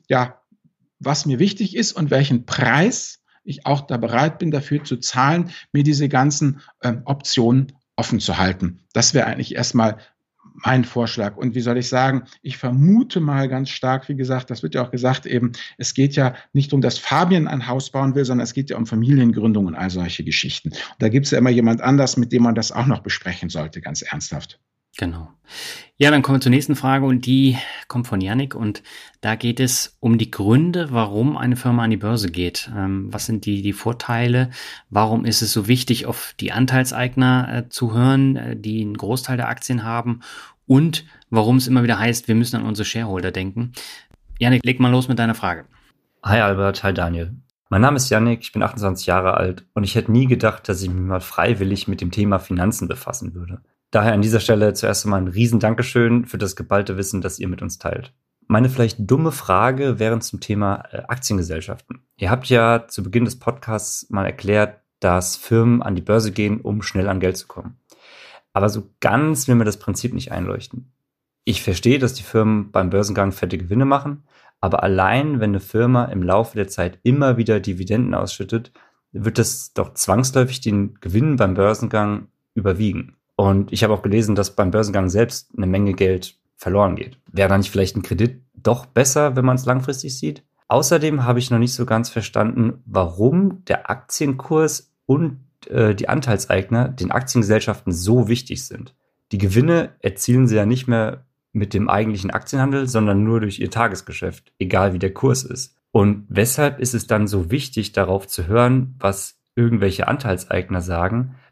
was mir wichtig ist und welchen Preis ich auch da bereit bin, dafür zu zahlen, mir diese ganzen Optionen offen zu halten. Das wäre eigentlich erstmal mein Vorschlag. Und wie soll ich sagen, ich vermute mal ganz stark, wie gesagt, das wird ja auch gesagt eben, es geht ja nicht um, dass Fabian ein Haus bauen will, sondern es geht ja um Familiengründung und all solche Geschichten. Und da gibt es ja immer jemand anders, mit dem man das auch noch besprechen sollte, ganz ernsthaft.
Genau. Ja, dann kommen wir zur nächsten Frage und die kommt von Yannick und da geht es um die Gründe, warum eine Firma an die Börse geht. Was sind die Vorteile? Warum ist es so wichtig, auf die Anteilseigner zu hören, die einen Großteil der Aktien haben und warum es immer wieder heißt, wir müssen an unsere Shareholder denken. Yannick, leg mal los mit deiner Frage.
Hi Albert, hi Daniel. Mein Name ist Yannick, ich bin 28 Jahre alt und ich hätte nie gedacht, dass ich mich mal freiwillig mit dem Thema Finanzen befassen würde. Daher an dieser Stelle zuerst einmal ein riesen Dankeschön für das geballte Wissen, das ihr mit uns teilt. Meine vielleicht dumme Frage wäre zum Thema Aktiengesellschaften. Ihr habt ja zu Beginn des Podcasts mal erklärt, dass Firmen an die Börse gehen, um schnell an Geld zu kommen. Aber so ganz will mir das Prinzip nicht einleuchten. Ich verstehe, dass die Firmen beim Börsengang fette Gewinne machen, aber allein, wenn eine Firma im Laufe der Zeit immer wieder Dividenden ausschüttet, wird das doch zwangsläufig den Gewinn beim Börsengang überwiegen. Und ich habe auch gelesen, dass beim Börsengang selbst eine Menge Geld verloren geht. Wäre da nicht vielleicht ein Kredit doch besser, wenn man es langfristig sieht? Außerdem habe ich noch nicht so ganz verstanden, warum der Aktienkurs und die Anteilseigner den Aktiengesellschaften so wichtig sind. Die Gewinne erzielen sie ja nicht mehr mit dem eigentlichen Aktienhandel, sondern nur durch ihr Tagesgeschäft, egal wie der Kurs ist. Und weshalb ist es dann so wichtig, darauf zu hören, was irgendwelche Anteilseigner sagen,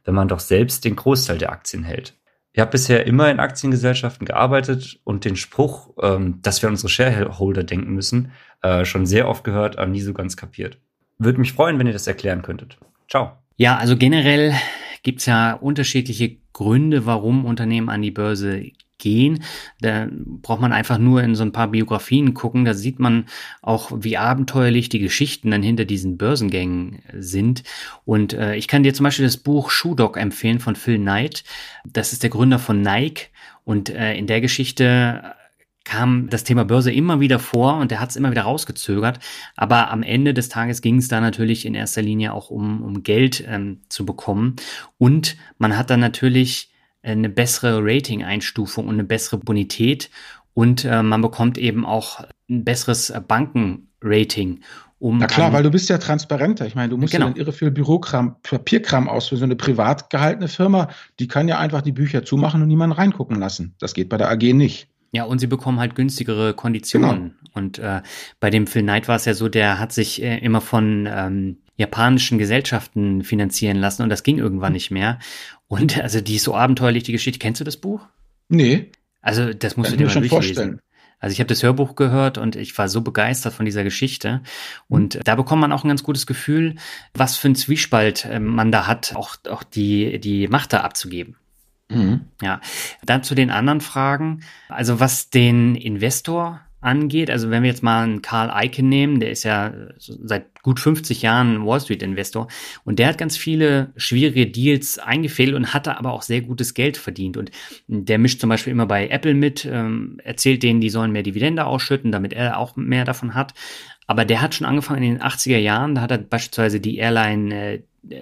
wenn man doch selbst den Großteil der Aktien hält? Ich habe bisher immer in Aktiengesellschaften gearbeitet und den Spruch, dass wir an unsere Shareholder denken müssen, schon sehr oft gehört, aber nie so ganz kapiert. Würde mich freuen, wenn ihr das erklären könntet. Ciao.
Ja, also generell gibt's ja unterschiedliche Gründe, warum Unternehmen an die Börse gehen. Da braucht man einfach nur in so ein paar Biografien gucken. Da sieht man auch, wie abenteuerlich die Geschichten dann hinter diesen Börsengängen sind. Und ich kann dir zum Beispiel das Buch Shoe Dog empfehlen von Phil Knight. Das ist der Gründer von Nike. Und in der Geschichte kam das Thema Börse immer wieder vor und er hat es immer wieder rausgezögert. Aber am Ende des Tages ging es da natürlich in erster Linie auch um Geld zu bekommen. Und man hat dann natürlich eine bessere Rating-Einstufung und eine bessere Bonität und man bekommt eben auch ein besseres Bankenrating.
Na klar, weil du bist ja transparenter. Ich meine, du musst ja dann irre viel Bürokram, Papierkram ausfüllen. So eine privat gehaltene Firma, die kann ja einfach die Bücher zumachen und niemanden reingucken lassen. Das geht bei der AG nicht.
Ja, und sie bekommen halt günstigere Konditionen. Genau. Und bei dem Phil Knight war es ja so, der hat sich immer von japanischen Gesellschaften finanzieren lassen und das ging irgendwann nicht mehr. Und also die ist so abenteuerlich, die Geschichte. Kennst du das Buch?
Nee.
Also das musst du dir mal durchlesen. Vorstellen. Also ich habe das Hörbuch gehört und ich war so begeistert von dieser Geschichte. Und da bekommt man auch ein ganz gutes Gefühl, was für ein Zwiespalt man da hat, auch die Macht da abzugeben. Mhm. Ja, dann zu den anderen Fragen. Also was den Investor angeht, also wenn wir jetzt mal einen Carl Icahn nehmen, der ist ja seit gut 50 Jahren Wall Street Investor und der hat ganz viele schwierige Deals eingefädelt und hat da aber auch sehr gutes Geld verdient und der mischt zum Beispiel immer bei Apple mit, erzählt denen, die sollen mehr Dividende ausschütten, damit er auch mehr davon hat. Aber der hat schon angefangen in den 80er Jahren, da hat er beispielsweise die Airline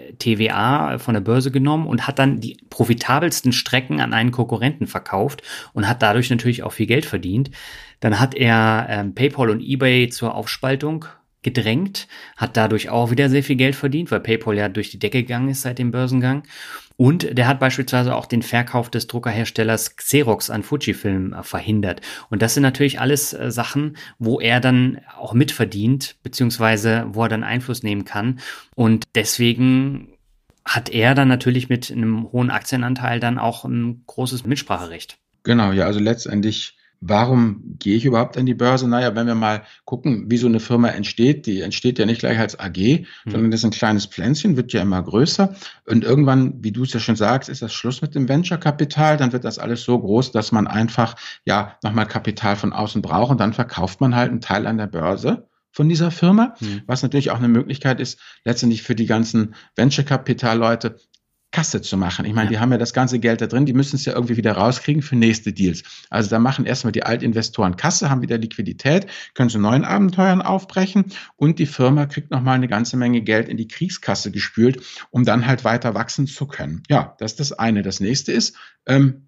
TVA von der Börse genommen und hat dann die profitabelsten Strecken an einen Konkurrenten verkauft und hat dadurch natürlich auch viel Geld verdient. Dann hat er PayPal und eBay zur Aufspaltung gedrängt, hat dadurch auch wieder sehr viel Geld verdient, weil PayPal ja durch die Decke gegangen ist seit dem Börsengang. Und der hat beispielsweise auch den Verkauf des Druckerherstellers Xerox an Fujifilm verhindert. Und das sind natürlich alles Sachen, wo er dann auch mitverdient, beziehungsweise wo er dann Einfluss nehmen kann. Und deswegen hat er dann natürlich mit einem hohen Aktienanteil dann auch ein großes Mitspracherecht.
Genau, ja, also letztendlich, warum gehe ich überhaupt an die Börse? Naja, wenn wir mal gucken, wie so eine Firma entsteht, die entsteht ja nicht gleich als AG, sondern das ist ein kleines Pflänzchen, wird ja immer größer. Und irgendwann, wie du es ja schon sagst, ist das Schluss mit dem Venture-Kapital. Dann wird das alles so groß, dass man einfach ja nochmal Kapital von außen braucht und dann verkauft man halt einen Teil an der Börse von dieser Firma, was natürlich auch eine Möglichkeit ist, letztendlich für die ganzen Venture-Kapital-Leute Kasse zu machen. Ich meine, die haben ja das ganze Geld da drin, die müssen es ja irgendwie wieder rauskriegen für nächste Deals. Also da machen erstmal die Altinvestoren Kasse, haben wieder Liquidität, können zu neuen Abenteuern aufbrechen und die Firma kriegt nochmal eine ganze Menge Geld in die Kriegskasse gespült, um dann halt weiter wachsen zu können. Ja, das ist das eine. Das nächste ist, am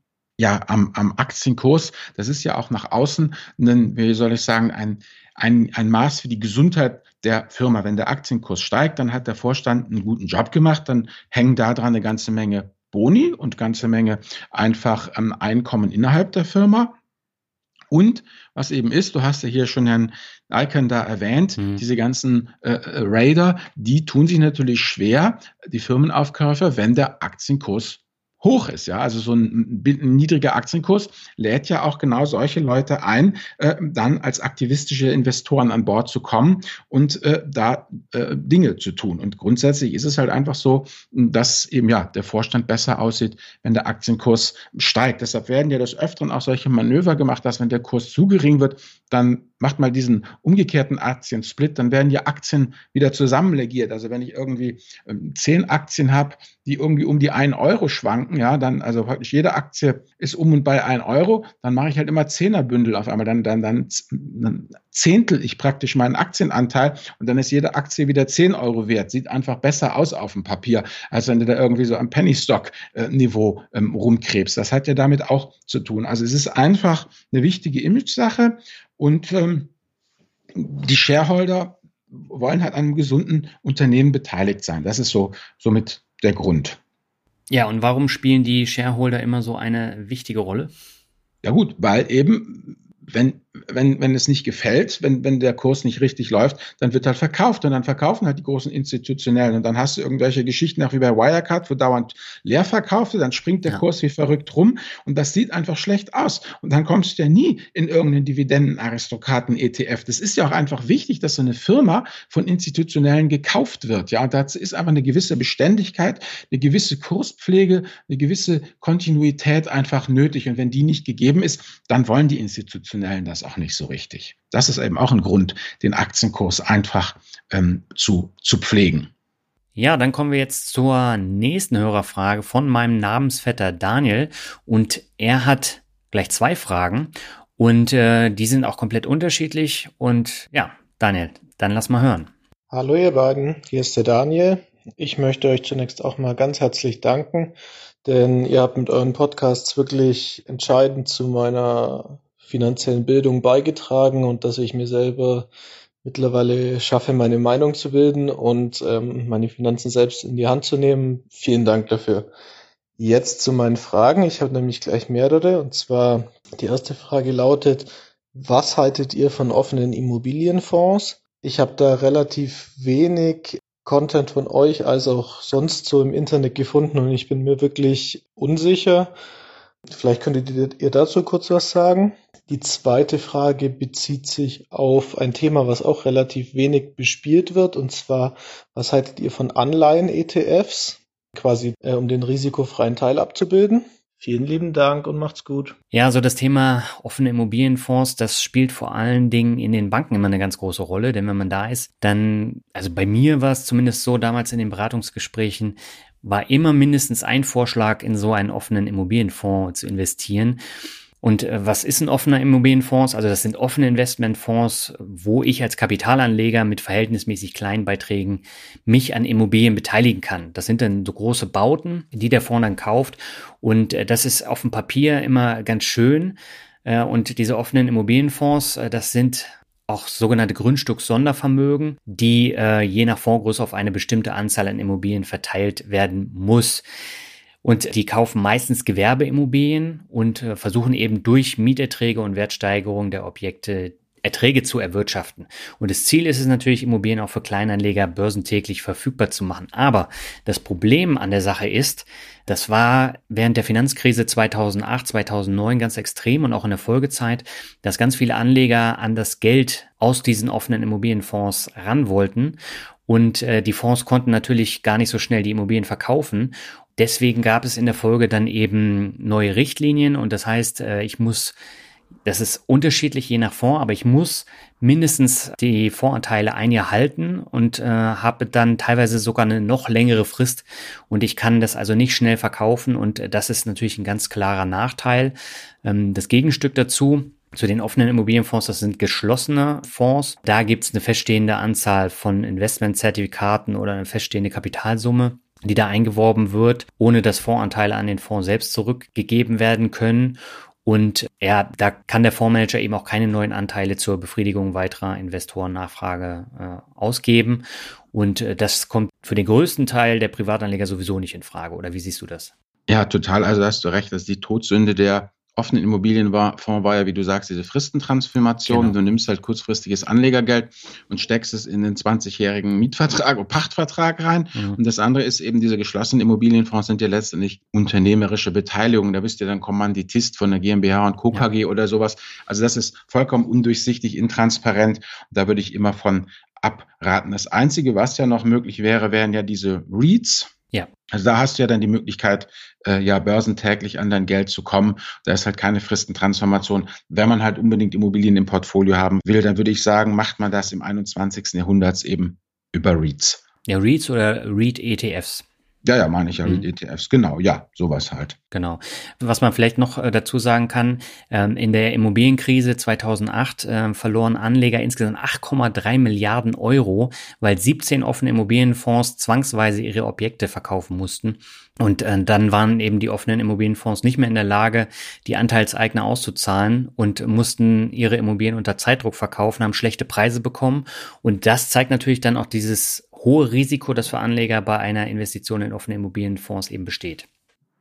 Aktienkurs, das ist ja auch nach außen, wie soll ich sagen, ein Maß für die Gesundheit der Firma. Wenn der Aktienkurs steigt, dann hat der Vorstand einen guten Job gemacht, dann hängen da dran eine ganze Menge Boni und ganze Menge einfach Einkommen innerhalb der Firma. Und was eben ist, du hast ja hier schon Herrn Icahn da erwähnt, diese ganzen Raider, die tun sich natürlich schwer, die Firmenaufkäufer, wenn der Aktienkurs hoch ist, ja, also so ein niedriger Aktienkurs lädt ja auch genau solche Leute ein, dann als aktivistische Investoren an Bord zu kommen und da Dinge zu tun. Und grundsätzlich ist es halt einfach so, dass eben ja der Vorstand besser aussieht, wenn der Aktienkurs steigt. Deshalb werden ja des Öfteren auch solche Manöver gemacht, dass wenn der Kurs zu gering wird, dann macht mal diesen umgekehrten Aktiensplit, dann werden ja Aktien wieder zusammenlegiert. Also wenn ich irgendwie 10 Aktien habe, die irgendwie um die 1 Euro schwanken, ja, dann, also praktisch jede Aktie ist um und bei 1 Euro, dann mache ich halt immer 10er-Bündel auf einmal, dann zehntel ich praktisch meinen Aktienanteil und dann ist jede Aktie wieder 10 Euro wert. Sieht einfach besser aus auf dem Papier, als wenn du da irgendwie so am Penny-Stock-Niveau rumkrebst. Das hat ja damit auch zu tun. Also es ist einfach eine wichtige Image-Sache und die Shareholder wollen halt an einem gesunden Unternehmen beteiligt sein. Das ist somit der Grund.
Ja, und warum spielen die Shareholder immer so eine wichtige Rolle?
Ja gut, weil eben, wenn wenn es nicht gefällt, wenn der Kurs nicht richtig läuft, dann wird halt verkauft und dann verkaufen halt die großen Institutionellen und dann hast du irgendwelche Geschichten auch wie bei Wirecard, wo dauernd leer verkauft wird, dann springt der Kurs wie verrückt rum und das sieht einfach schlecht aus und dann kommst du ja nie in irgendeinen Dividendenaristokraten-ETF. Das ist ja auch einfach wichtig, dass so eine Firma von Institutionellen gekauft wird. Ja, und dazu ist einfach eine gewisse Beständigkeit, eine gewisse Kurspflege, eine gewisse Kontinuität einfach nötig und wenn die nicht gegeben ist, dann wollen die Institutionellen das auch nicht so richtig. Das ist eben auch ein Grund, den Aktienkurs einfach zu pflegen.
Ja, dann kommen wir jetzt zur nächsten Hörerfrage von meinem Namensvetter Daniel und er hat gleich 2 Fragen und die sind auch komplett unterschiedlich und ja, Daniel, dann lass mal hören.
Hallo ihr beiden, hier ist der Daniel. Ich möchte euch zunächst auch mal ganz herzlich danken, denn ihr habt mit euren Podcasts wirklich entscheidend zu meiner finanziellen Bildung beigetragen und dass ich mir selber mittlerweile schaffe, meine Meinung zu bilden und meine Finanzen selbst in die Hand zu nehmen. Vielen Dank dafür. Jetzt zu meinen Fragen. Ich habe nämlich gleich mehrere. Und zwar die erste Frage lautet, was haltet ihr von offenen Immobilienfonds? Ich habe da relativ wenig Content von euch als auch sonst so im Internet gefunden und ich bin mir wirklich unsicher. Vielleicht könntet ihr dazu kurz was sagen. Die zweite Frage bezieht sich auf ein Thema, was auch relativ wenig bespielt wird, und zwar, was haltet ihr von Anleihen-ETFs, quasi um den risikofreien Teil abzubilden? Vielen lieben Dank und macht's gut.
Ja, so das Thema offene Immobilienfonds, das spielt vor allen Dingen in den Banken immer eine ganz große Rolle, denn wenn man da ist, dann, also bei mir war es zumindest so damals in den Beratungsgesprächen, war immer mindestens ein Vorschlag, in so einen offenen Immobilienfonds zu investieren. Und was ist ein offener Immobilienfonds? Also das sind offene Investmentfonds, wo ich als Kapitalanleger mit verhältnismäßig kleinen Beiträgen mich an Immobilien beteiligen kann. Das sind dann so große Bauten, die der Fonds dann kauft. Und das ist auf dem Papier immer ganz schön. Und diese offenen Immobilienfonds, das sind auch sogenannte Grundstückssondervermögen, die je nach Fondsgröße auf eine bestimmte Anzahl an Immobilien verteilt werden muss. Und die kaufen meistens Gewerbeimmobilien und versuchen eben durch Mieterträge und Wertsteigerung der Objekte Erträge zu erwirtschaften. Und das Ziel ist es natürlich, Immobilien auch für Kleinanleger börsentäglich verfügbar zu machen. Aber das Problem an der Sache ist, das war während der Finanzkrise 2008, 2009 ganz extrem und auch in der Folgezeit, dass ganz viele Anleger an das Geld aus diesen offenen Immobilienfonds ran wollten. Und die Fonds konnten natürlich gar nicht so schnell die Immobilien verkaufen. Deswegen gab es in der Folge dann eben neue Richtlinien und das heißt, das ist unterschiedlich je nach Fonds, aber ich muss mindestens die Fondsanteile ein Jahr halten und habe dann teilweise sogar eine noch längere Frist und ich kann das also nicht schnell verkaufen und das ist natürlich ein ganz klarer Nachteil. Das Gegenstück dazu, zu den offenen Immobilienfonds, das sind geschlossene Fonds. Da gibt es eine feststehende Anzahl von Investmentzertifikaten oder eine feststehende Kapitalsumme, die da eingeworben wird, ohne dass Fondsanteile an den Fonds selbst zurückgegeben werden können. Und da kann der Fondsmanager eben auch keine neuen Anteile zur Befriedigung weiterer Investorennachfrage ausgeben. Und das kommt für den größten Teil der Privatanleger sowieso nicht in Frage. Oder wie siehst du das?
Ja, total. Also da hast du recht. Das ist die Todsünde der offenen Immobilienfonds war ja, wie du sagst, diese Fristentransformation. Genau. Du nimmst halt kurzfristiges Anlegergeld und steckst es in den 20-jährigen Mietvertrag oder Pachtvertrag rein. Mhm. Und das andere ist eben, diese geschlossenen Immobilienfonds sind ja letztendlich unternehmerische Beteiligungen. Da bist du dann Kommanditist von der GmbH und Co. KG oder sowas. Also das ist vollkommen undurchsichtig, intransparent. Da würde ich immer von abraten. Das Einzige, was ja noch möglich wäre, wären ja diese REITs.
Ja.
Also da hast du ja dann die Möglichkeit, börsentäglich an dein Geld zu kommen. Da ist halt keine Fristentransformation. Wenn man halt unbedingt Immobilien im Portfolio haben will, dann würde ich sagen, macht man das im 21. Jahrhundert eben über REITs.
Ja, REITs oder REIT-ETFs.
Ja, meine ich ja, REIT-ETFs, genau, ja, sowas halt.
Genau. Was man vielleicht noch dazu sagen kann, in der Immobilienkrise 2008 verloren Anleger insgesamt 8,3 Milliarden Euro, weil 17 offene Immobilienfonds zwangsweise ihre Objekte verkaufen mussten. Und dann waren eben die offenen Immobilienfonds nicht mehr in der Lage, die Anteilseigner auszuzahlen und mussten ihre Immobilien unter Zeitdruck verkaufen, haben schlechte Preise bekommen. Und das zeigt natürlich dann auch dieses hohe Risiko, das für Anleger bei einer Investition in offene Immobilienfonds eben besteht.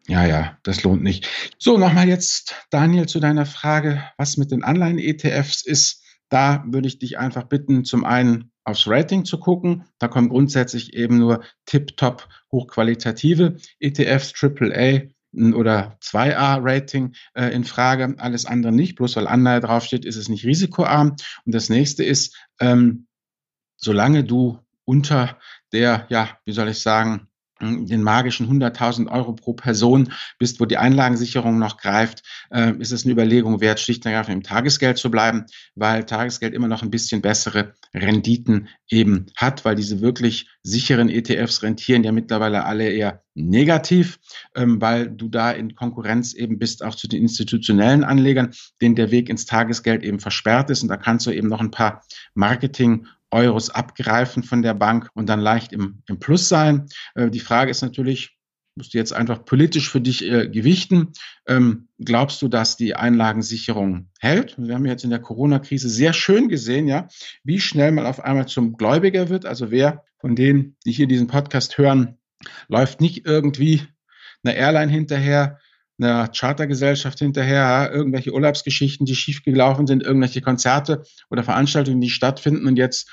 Ja, das lohnt nicht. So, nochmal jetzt, Daniel, zu deiner Frage, was mit den Anleihen-ETFs ist. Da würde ich dich einfach bitten, zum einen aufs Rating zu gucken. Da kommen grundsätzlich eben nur tipptopp hochqualitative ETFs, AAA oder 2A-Rating in Frage. Alles andere nicht. Bloß weil Anleihe draufsteht, ist es nicht risikoarm. Und das nächste ist, solange du unter der, wie soll ich sagen, den magischen 100.000 Euro pro Person bist, wo die Einlagensicherung noch greift, ist es eine Überlegung wert, schlicht und ergreifend im Tagesgeld zu bleiben, weil Tagesgeld immer noch ein bisschen bessere Renditen eben hat, weil diese wirklich sicheren ETFs rentieren ja mittlerweile alle eher negativ, weil du da in Konkurrenz eben bist, auch zu den institutionellen Anlegern, denen der Weg ins Tagesgeld eben versperrt ist. Und da kannst du eben noch ein paar Marketing-Euros abgreifen von der Bank und dann leicht im Plus sein. Die Frage ist natürlich, musst du jetzt einfach politisch für dich gewichten. Glaubst du, dass die Einlagensicherung hält? Wir haben jetzt in der Corona-Krise sehr schön gesehen, ja, wie schnell man auf einmal zum Gläubiger wird. Also wer von denen, die hier diesen Podcast hören, läuft nicht irgendwie einer Airline hinterher, einer Chartergesellschaft hinterher, irgendwelche Urlaubsgeschichten, die schiefgelaufen sind, irgendwelche Konzerte oder Veranstaltungen, die stattfinden und jetzt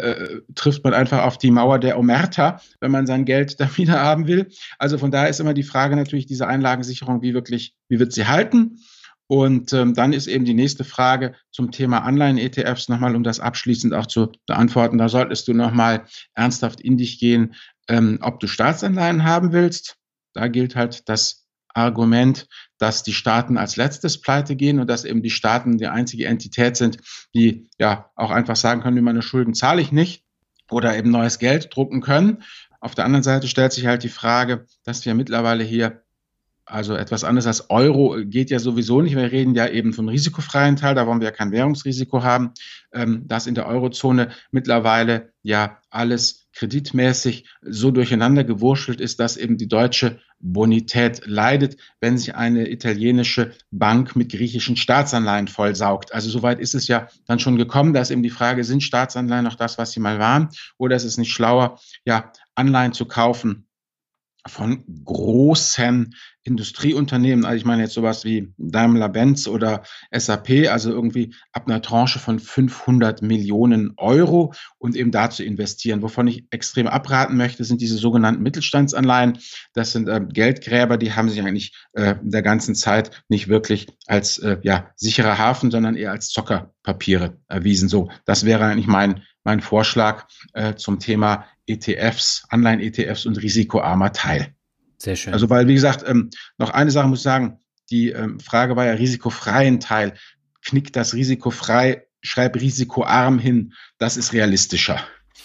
trifft man einfach auf die Mauer der Omerta, wenn man sein Geld da wieder haben will. Also von daher ist immer die Frage natürlich, diese Einlagensicherung, wie wird sie halten? Und dann ist eben die nächste Frage zum Thema Anleihen-ETFs nochmal, um das abschließend auch zu beantworten. Da solltest du nochmal ernsthaft in dich gehen, ob du Staatsanleihen haben willst. Da gilt halt das Argument, dass die Staaten als letztes pleite gehen und dass eben die Staaten die einzige Entität sind, die ja auch einfach sagen können, wie meine Schulden zahle ich nicht oder eben neues Geld drucken können. Auf der anderen Seite stellt sich halt die Frage, dass wir mittlerweile hier, also etwas anderes als Euro geht ja sowieso nicht. Wir reden ja eben vom risikofreien Teil, da wollen wir ja kein Währungsrisiko haben, dass in der Eurozone mittlerweile ja alles kreditmäßig so durcheinander gewurschtelt ist, dass eben die deutsche Bonität leidet, wenn sich eine italienische Bank mit griechischen Staatsanleihen vollsaugt. Also soweit ist es ja dann schon gekommen, dass eben die Frage, sind Staatsanleihen noch das, was sie mal waren, oder ist es nicht schlauer, ja, Anleihen zu kaufen von großen Industrieunternehmen, also ich meine jetzt sowas wie Daimler-Benz oder SAP, also irgendwie ab einer Tranche von 500 Millionen Euro und eben da zu investieren. Wovon ich extrem abraten möchte, sind diese sogenannten Mittelstandsanleihen. Das sind Geldgräber, die haben sich eigentlich der ganzen Zeit nicht wirklich als sicherer Hafen, sondern eher als Zockerpapiere erwiesen. So, das wäre eigentlich mein Vorschlag zum Thema ETFs, Anleihen-ETFs und risikoarmer Teil.
Sehr schön.
Also weil, wie gesagt, noch eine Sache muss ich sagen, die Frage war ja risikofreien Teil. Knick das risikofrei, schreib risikoarm hin, das ist realistischer.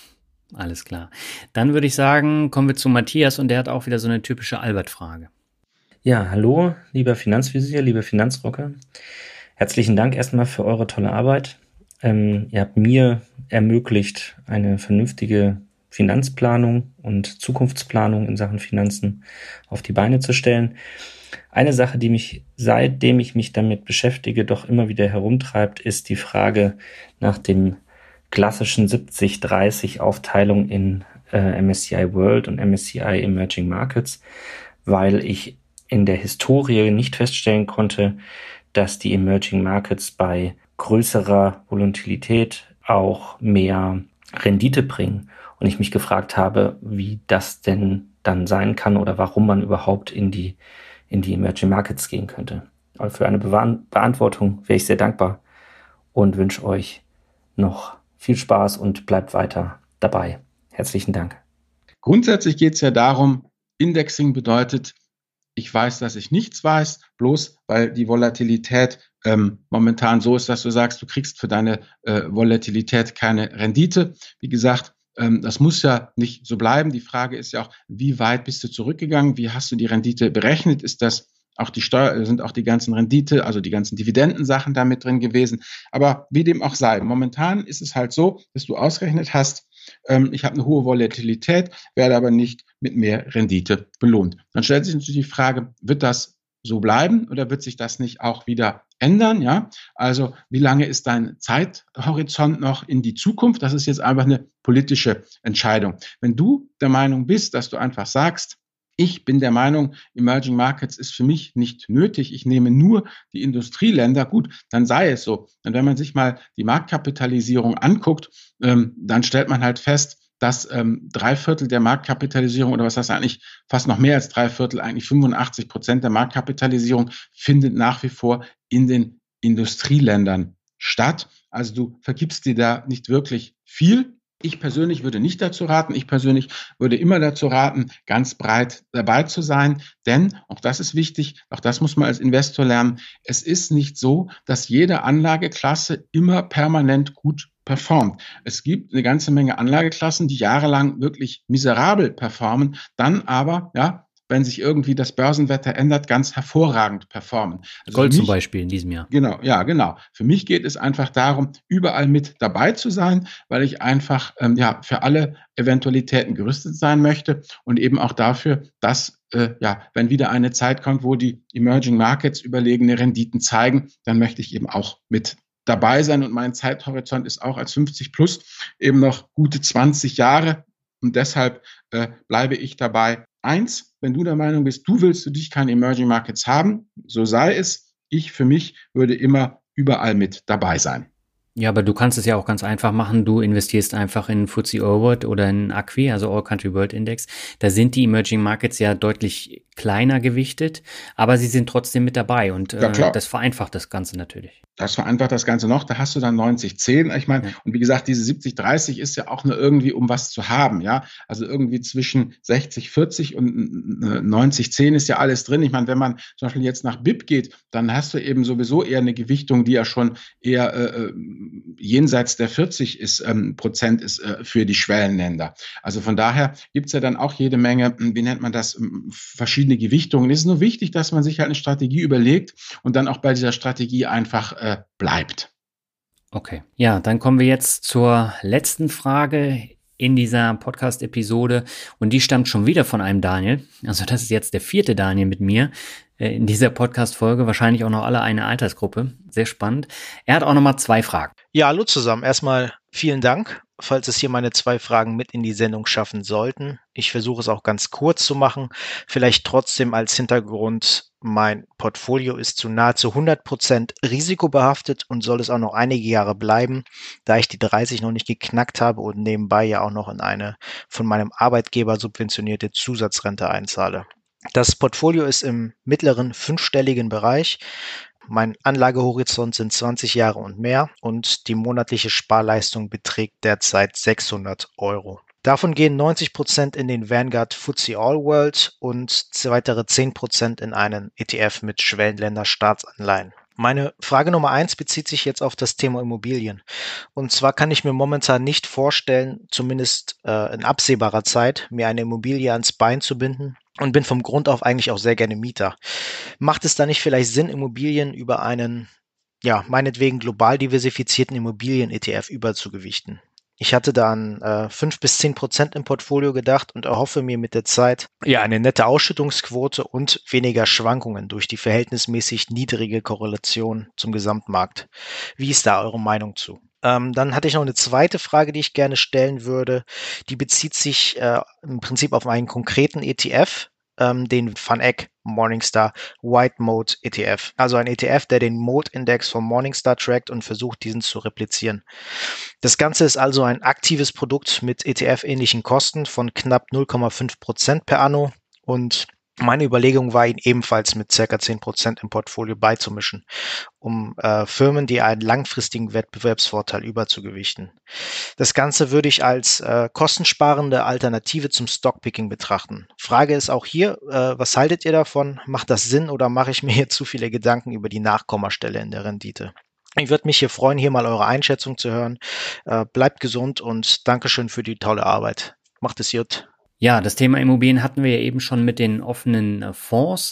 Alles klar. Dann würde ich sagen, kommen wir zu Matthias und der hat auch wieder so eine typische Albert-Frage.
Ja, hallo, lieber Finanzvisier, lieber Finanzrocker. Herzlichen Dank erstmal für eure tolle Arbeit. Ihr habt mir ermöglicht, eine vernünftige Finanzplanung und Zukunftsplanung in Sachen Finanzen auf die Beine zu stellen. Eine Sache, die mich, seitdem ich mich damit beschäftige, doch immer wieder herumtreibt, ist die Frage nach dem klassischen 70-30 Aufteilung in MSCI World und MSCI Emerging Markets, weil ich in der Historie nicht feststellen konnte, dass die Emerging Markets bei größerer Volatilität auch mehr Rendite bringen. Und ich mich gefragt habe, wie das denn dann sein kann oder warum man überhaupt in die Emerging Markets gehen könnte. Aber für eine Beantwortung wäre ich sehr dankbar und wünsche euch noch viel Spaß und bleibt weiter dabei. Herzlichen Dank.
Grundsätzlich geht es ja darum, Indexing bedeutet, ich weiß, dass ich nichts weiß, bloß weil die Volatilität momentan so ist, dass du sagst, du kriegst für deine Volatilität keine Rendite. Wie gesagt, das muss ja nicht so bleiben. Die Frage ist ja auch, wie weit bist du zurückgegangen? Wie hast du die Rendite berechnet? Ist das auch sind auch die ganzen Rendite, also die ganzen Dividendensachen da mit drin gewesen? Aber wie dem auch sei, momentan ist es halt so, dass du ausgerechnet hast, ich habe eine hohe Volatilität, werde aber nicht mit mehr Rendite belohnt. Dann stellt sich natürlich die Frage, wird das so bleiben oder wird sich das nicht auch wieder ändern? Ja, also wie lange ist dein Zeithorizont noch in die Zukunft? Das ist jetzt einfach eine politische Entscheidung. Wenn du der Meinung bist, dass du einfach sagst, Ich bin der Meinung, Emerging Markets ist für mich nicht nötig. Ich nehme nur die Industrieländer. Gut, dann sei es so. Und wenn man sich mal die Marktkapitalisierung anguckt, dann stellt man halt fest, dass 3/4 der Marktkapitalisierung oder was heißt eigentlich fast noch mehr als 3/4, eigentlich 85% der Marktkapitalisierung findet nach wie vor in den Industrieländern statt. Also du vergibst dir da nicht wirklich viel. Ich persönlich würde nicht dazu raten. Ich persönlich würde immer dazu raten, ganz breit dabei zu sein. Denn, auch das ist wichtig, auch das muss man als Investor lernen, es ist nicht so, dass jede Anlageklasse immer permanent gut performt. Es gibt eine ganze Menge Anlageklassen, die jahrelang wirklich miserabel performen, dann aber, ja, wenn sich irgendwie das Börsenwetter ändert, ganz hervorragend performen. Also
Gold zum Beispiel in diesem Jahr.
Genau, ja, genau. Für mich geht es einfach darum, überall mit dabei zu sein, weil ich einfach für alle Eventualitäten gerüstet sein möchte und eben auch dafür, dass wenn wieder eine Zeit kommt, wo die Emerging Markets überlegene Renditen zeigen, dann möchte ich eben auch mit dabei sein und mein Zeithorizont ist auch als 50 plus eben noch gute 20 Jahre und deshalb bleibe ich dabei. Eins, wenn du der Meinung bist, du willst für dich keine Emerging Markets haben, so sei es. Ich für mich würde immer überall mit dabei sein.
Ja, aber du kannst es ja auch ganz einfach machen. Du investierst einfach in FTSE All World oder in ACWI, also All Country World Index. Da sind die Emerging Markets ja deutlich kleiner gewichtet, aber sie sind trotzdem mit dabei und das vereinfacht das Ganze natürlich.
Das vereinfacht das Ganze noch. Da hast du dann 90-10. Ich meine, und wie gesagt, diese 70-30 ist ja auch nur irgendwie, um was zu haben, ja. Also irgendwie zwischen 60-40 und 90-10 ist ja alles drin. Ich meine, wenn man zum Beispiel jetzt nach BIP geht, dann hast du eben sowieso eher eine Gewichtung, die ja schon eher jenseits der 40% ist für die Schwellenländer. Also von daher gibt's ja dann auch jede Menge, wie nennt man das, verschiedene Gewichtungen. Es ist nur wichtig, dass man sich halt eine Strategie überlegt und dann auch bei dieser Strategie einfach bleibt.
Okay, ja, dann kommen wir jetzt zur letzten Frage in dieser Podcast-Episode und die stammt schon wieder von einem Daniel. Also das ist jetzt der 4. Daniel mit mir in dieser Podcast-Folge, wahrscheinlich auch noch alle eine Altersgruppe. Sehr spannend. Er hat auch nochmal 2 Fragen.
Ja, hallo zusammen. Erstmal vielen Dank, falls es hier meine 2 Fragen mit in die Sendung schaffen sollten. Ich versuche es auch ganz kurz zu machen. Vielleicht trotzdem als Hintergrund, mein Portfolio ist zu nahezu 100% risikobehaftet und soll es auch noch einige Jahre bleiben, da ich die 30 noch nicht geknackt habe und nebenbei ja auch noch in eine von meinem Arbeitgeber subventionierte Zusatzrente einzahle. Das Portfolio ist im mittleren 5-stelligen Bereich. Mein Anlagehorizont sind 20 Jahre und mehr und die monatliche Sparleistung beträgt derzeit 600 €. Davon gehen 90% in den Vanguard FTSE All World und weitere 10% in einen ETF mit Schwellenländer-Staatsanleihen. Meine Frage Nummer 1 bezieht sich jetzt auf das Thema Immobilien. Und zwar kann ich mir momentan nicht vorstellen, zumindest in absehbarer Zeit, mir eine Immobilie ans Bein zu binden und bin vom Grund auf eigentlich auch sehr gerne Mieter. Macht es da nicht vielleicht Sinn, Immobilien über einen, meinetwegen global diversifizierten Immobilien-ETF überzugewichten? Ich hatte da an 5-10% im Portfolio gedacht und erhoffe mir mit der Zeit eine nette Ausschüttungsquote und weniger Schwankungen durch die verhältnismäßig niedrige Korrelation zum Gesamtmarkt. Wie ist da eure Meinung zu? Dann hatte ich noch eine zweite Frage, die ich gerne stellen würde. Die bezieht sich im Prinzip auf einen konkreten ETF, den Van Eck Morningstar White Mode ETF. Also ein ETF, der den Mode-Index von Morningstar trackt und versucht, diesen zu replizieren. Das Ganze ist also ein aktives Produkt mit ETF-ähnlichen Kosten von knapp 0,5% per anno und meine Überlegung war, ihn ebenfalls mit ca. 10% im Portfolio beizumischen, um Firmen, die einen langfristigen Wettbewerbsvorteil überzugewichten. Das Ganze würde ich als kostensparende Alternative zum Stockpicking betrachten. Frage ist auch hier, was haltet ihr davon? Macht das Sinn oder mache ich mir hier zu viele Gedanken über die Nachkommastelle in der Rendite? Ich würde mich hier freuen, hier mal eure Einschätzung zu hören. Bleibt gesund und Dankeschön für die tolle Arbeit. Macht es gut.
Ja, das Thema Immobilien hatten wir ja eben schon mit den offenen Fonds.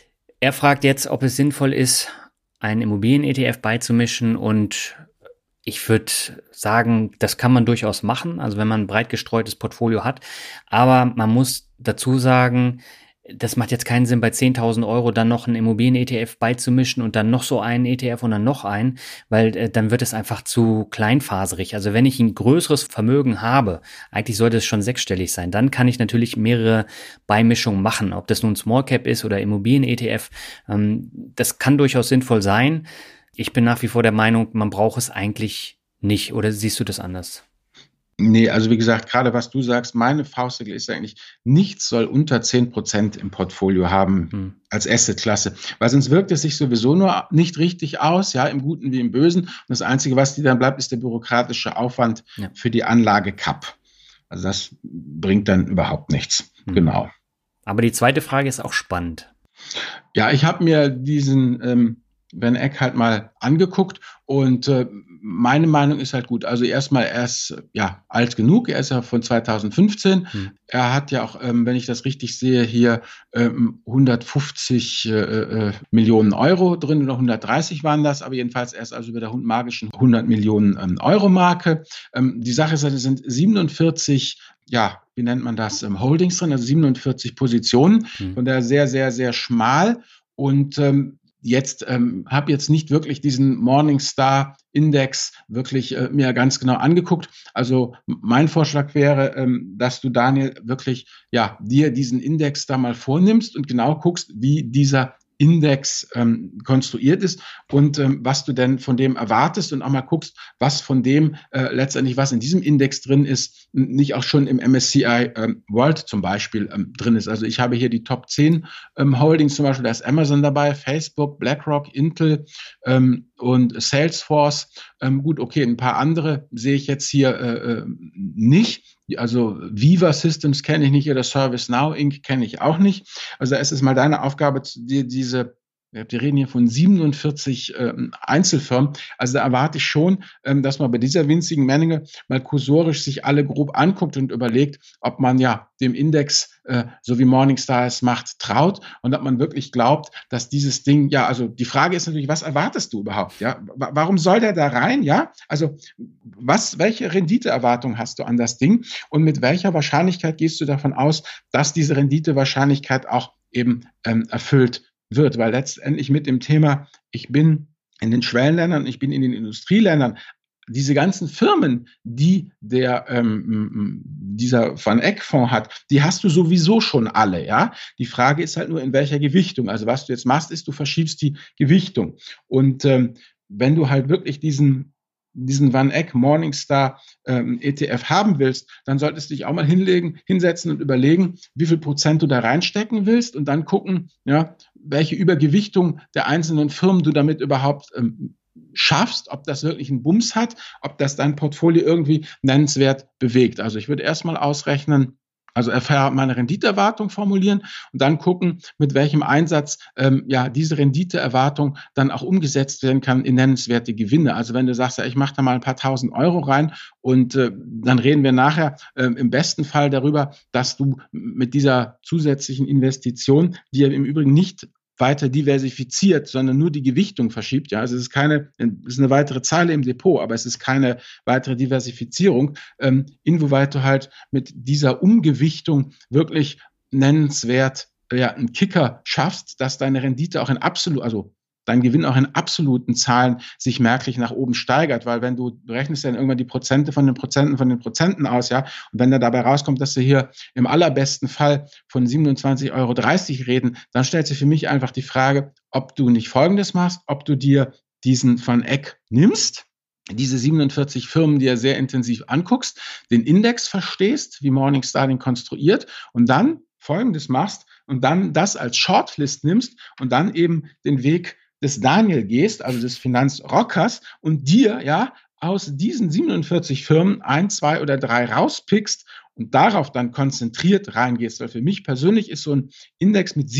Er fragt jetzt, ob es sinnvoll ist, einen Immobilien-ETF beizumischen und ich würde sagen, das kann man durchaus machen, also wenn man ein breit gestreutes Portfolio hat, aber man muss dazu sagen, das macht jetzt keinen Sinn, bei 10.000 Euro dann noch einen Immobilien-ETF beizumischen und dann noch so einen ETF und dann noch einen, weil dann wird es einfach zu kleinfaserig. Also wenn ich ein größeres Vermögen habe, eigentlich sollte es schon sechsstellig sein, dann kann ich natürlich mehrere Beimischungen machen, ob das nun Small Cap ist oder Immobilien-ETF. Das kann durchaus sinnvoll sein. Ich bin nach wie vor der Meinung, man braucht es eigentlich nicht. Oder siehst du das anders?
Nee, also wie gesagt, gerade was du sagst, meine Faustregel ist eigentlich, nichts soll unter 10% im Portfolio haben als Assetklasse, weil sonst wirkt es sich sowieso nur nicht richtig aus, ja, im Guten wie im Bösen. Und das Einzige, was dir dann bleibt, ist der bürokratische Aufwand für die Anlage CAP. Also das bringt dann überhaupt nichts. Genau.
Aber die zweite Frage ist auch spannend.
Ja, ich habe mir diesen Van Eck halt mal angeguckt und meine Meinung ist halt gut. Also erstmal, er ist ja alt genug, er ist ja von 2015. Er hat ja auch, wenn ich das richtig sehe, hier 150 Millionen Euro drin oder 130 waren das, aber jedenfalls er ist also über der magischen 100 Millionen Euro Marke. Die Sache ist, es sind 47, ja, wie nennt man das, Holdings drin, also 47 Positionen, von daher sehr, sehr, sehr schmal und jetzt habe jetzt nicht wirklich diesen Morningstar-Index wirklich mir ganz genau angeguckt. Also mein Vorschlag wäre, dass du, Daniel, wirklich dir diesen Index da mal vornimmst und genau guckst, wie dieser Index konstruiert ist und was du denn von dem erwartest und auch mal guckst, was von dem letztendlich, was in diesem Index drin ist, nicht auch schon im MSCI World zum Beispiel drin ist. Also ich habe hier die Top 10 Holdings, zum Beispiel da ist Amazon dabei, Facebook, BlackRock, Intel und Salesforce. Gut, okay, ein paar andere sehe ich jetzt hier nicht. Also Viva Systems kenne ich nicht oder ServiceNow Inc. kenne ich auch nicht. Also es ist mal deine Aufgabe, wir reden hier von 47 Einzelfirmen. Also da erwarte ich schon, dass man bei dieser winzigen Menge mal kursorisch sich alle grob anguckt und überlegt, ob man dem Index, so wie Morningstar es macht, traut und ob man wirklich glaubt, dass dieses Ding, also die Frage ist natürlich, was erwartest du überhaupt? Ja, warum soll der da rein? Ja, also welche Renditeerwartung hast du an das Ding und mit welcher Wahrscheinlichkeit gehst du davon aus, dass diese Renditewahrscheinlichkeit auch eben erfüllt wird, weil letztendlich mit dem Thema, ich bin in den Schwellenländern, ich bin in den Industrieländern, diese ganzen Firmen, die dieser Van Eck Fonds hat, die hast du sowieso schon alle, ja. Die Frage ist halt nur, in welcher Gewichtung. Also was du jetzt machst, ist, du verschiebst die Gewichtung. Und wenn du halt wirklich diesen Van Eck Morningstar ETF haben willst, dann solltest du dich auch mal hinsetzen und überlegen, wie viel Prozent du da reinstecken willst und dann gucken, welche Übergewichtung der einzelnen Firmen du damit überhaupt schaffst, ob das wirklich einen Bums hat, ob das dein Portfolio irgendwie nennenswert bewegt. Also ich würde erstmal ausrechnen, also meine Renditeerwartung formulieren und dann gucken, mit welchem Einsatz diese Renditeerwartung dann auch umgesetzt werden kann in nennenswerte Gewinne. Also wenn du sagst, ich mache da mal ein paar tausend Euro rein und dann reden wir nachher im besten Fall darüber, dass du mit dieser zusätzlichen Investition, die ja im Übrigen nicht weiter diversifiziert, sondern nur die Gewichtung verschiebt. Ja, also es ist eine weitere Zeile im Depot, aber es ist keine weitere Diversifizierung. Inwieweit du halt mit dieser Umgewichtung wirklich nennenswert einen Kicker schaffst, dass deine Rendite auch dein Gewinn auch in absoluten Zahlen sich merklich nach oben steigert, weil wenn du rechnest dann irgendwann die Prozente von den Prozenten aus, und wenn da dabei rauskommt, dass wir hier im allerbesten Fall von 27,30 Euro reden, dann stellt sich für mich einfach die Frage, ob du nicht Folgendes machst, ob du dir diesen Van Eck nimmst, diese 47 Firmen, die er sehr intensiv anguckst, den Index verstehst, wie Morningstar den konstruiert und dann Folgendes machst und dann das als Shortlist nimmst und dann eben den Weg des Daniel gehst, also des Finanzrockers und dir aus diesen 47 Firmen 1, 2 oder 3 rauspickst und darauf dann konzentriert reingehst. Weil für mich persönlich ist so ein Index mit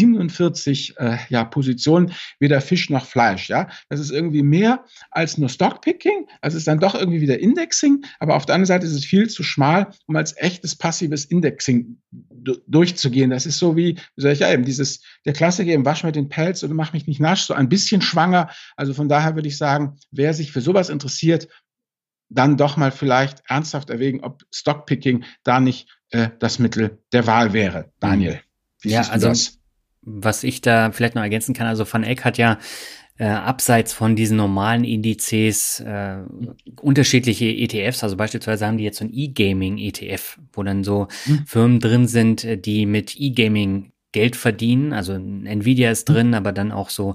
47 Positionen weder Fisch noch Fleisch. Ja, das ist irgendwie mehr als nur Stockpicking. Also es ist dann doch irgendwie wieder Indexing. Aber auf der anderen Seite ist es viel zu schmal, um als echtes passives Indexing durchzugehen. Das ist so wie soll ich eben der Klassiker im Wasch mit den Pelz oder mach mich nicht nasch, so ein bisschen schwanger. Also von daher würde ich sagen, wer sich für sowas interessiert, dann doch mal vielleicht ernsthaft erwägen, ob Stockpicking da nicht das Mittel der Wahl wäre. Daniel, wie siehst du das?
Was ich da vielleicht noch ergänzen kann, also Van Eck hat ja abseits von diesen normalen Indizes unterschiedliche ETFs, also beispielsweise haben die jetzt so ein E-Gaming-ETF, wo dann so Firmen drin sind, die mit E-Gaming Geld verdienen, also Nvidia ist drin, aber dann auch so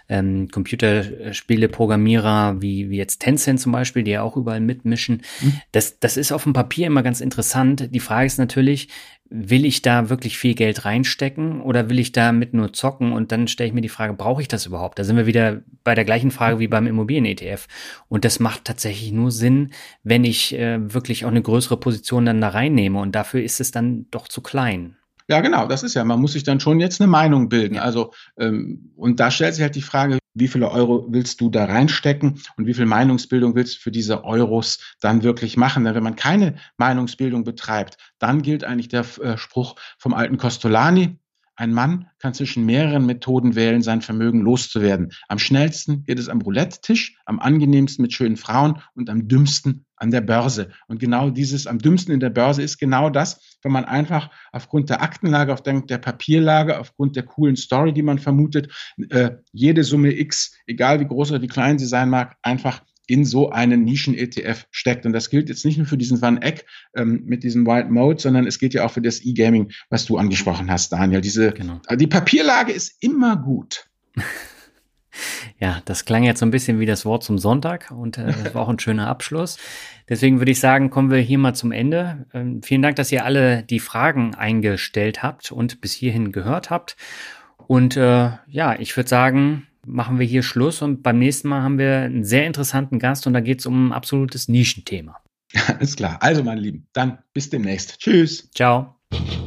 Computerspiele-Programmierer wie jetzt Tencent zum Beispiel, die ja auch überall mitmischen. Das ist auf dem Papier immer ganz interessant. Die Frage ist natürlich, will ich da wirklich viel Geld reinstecken oder will ich damit nur zocken? Und dann stelle ich mir die Frage, brauche ich das überhaupt? Da sind wir wieder bei der gleichen Frage wie beim Immobilien-ETF. Und das macht tatsächlich nur Sinn, wenn ich wirklich auch eine größere Position dann da reinnehme. Und dafür ist es dann doch zu klein.
Ja, genau, das ist ja, man muss sich dann schon jetzt eine Meinung bilden. Also, und da stellt sich halt die Frage, wie viele Euro willst du da reinstecken und wie viel Meinungsbildung willst du für diese Euros dann wirklich machen? Denn wenn man keine Meinungsbildung betreibt, dann gilt eigentlich der Spruch vom alten Costolani: Ein Mann kann zwischen mehreren Methoden wählen, sein Vermögen loszuwerden. Am schnellsten geht es am Roulette-Tisch, am angenehmsten mit schönen Frauen und am dümmsten an der Börse. Und genau dieses am dümmsten in der Börse ist genau das, wenn man einfach aufgrund der Aktenlage, aufgrund der Papierlage, aufgrund der coolen Story, die man vermutet, jede Summe X, egal wie groß oder wie klein sie sein mag, einfach in so einen Nischen-ETF steckt. Und das gilt jetzt nicht nur für diesen Van Eck mit diesem Wild Mode, sondern es gilt ja auch für das E-Gaming, was du angesprochen hast, Daniel. Die Papierlage ist immer gut.
Ja, das klang jetzt so ein bisschen wie das Wort zum Sonntag und das war auch ein schöner Abschluss. Deswegen würde ich sagen, kommen wir hier mal zum Ende. Vielen Dank, dass ihr alle die Fragen eingestellt habt und bis hierhin gehört habt. Und ich würde sagen, machen wir hier Schluss und beim nächsten Mal haben wir einen sehr interessanten Gast und da geht es um ein absolutes Nischenthema.
Alles klar. Also, meine Lieben, dann bis demnächst. Tschüss.
Ciao.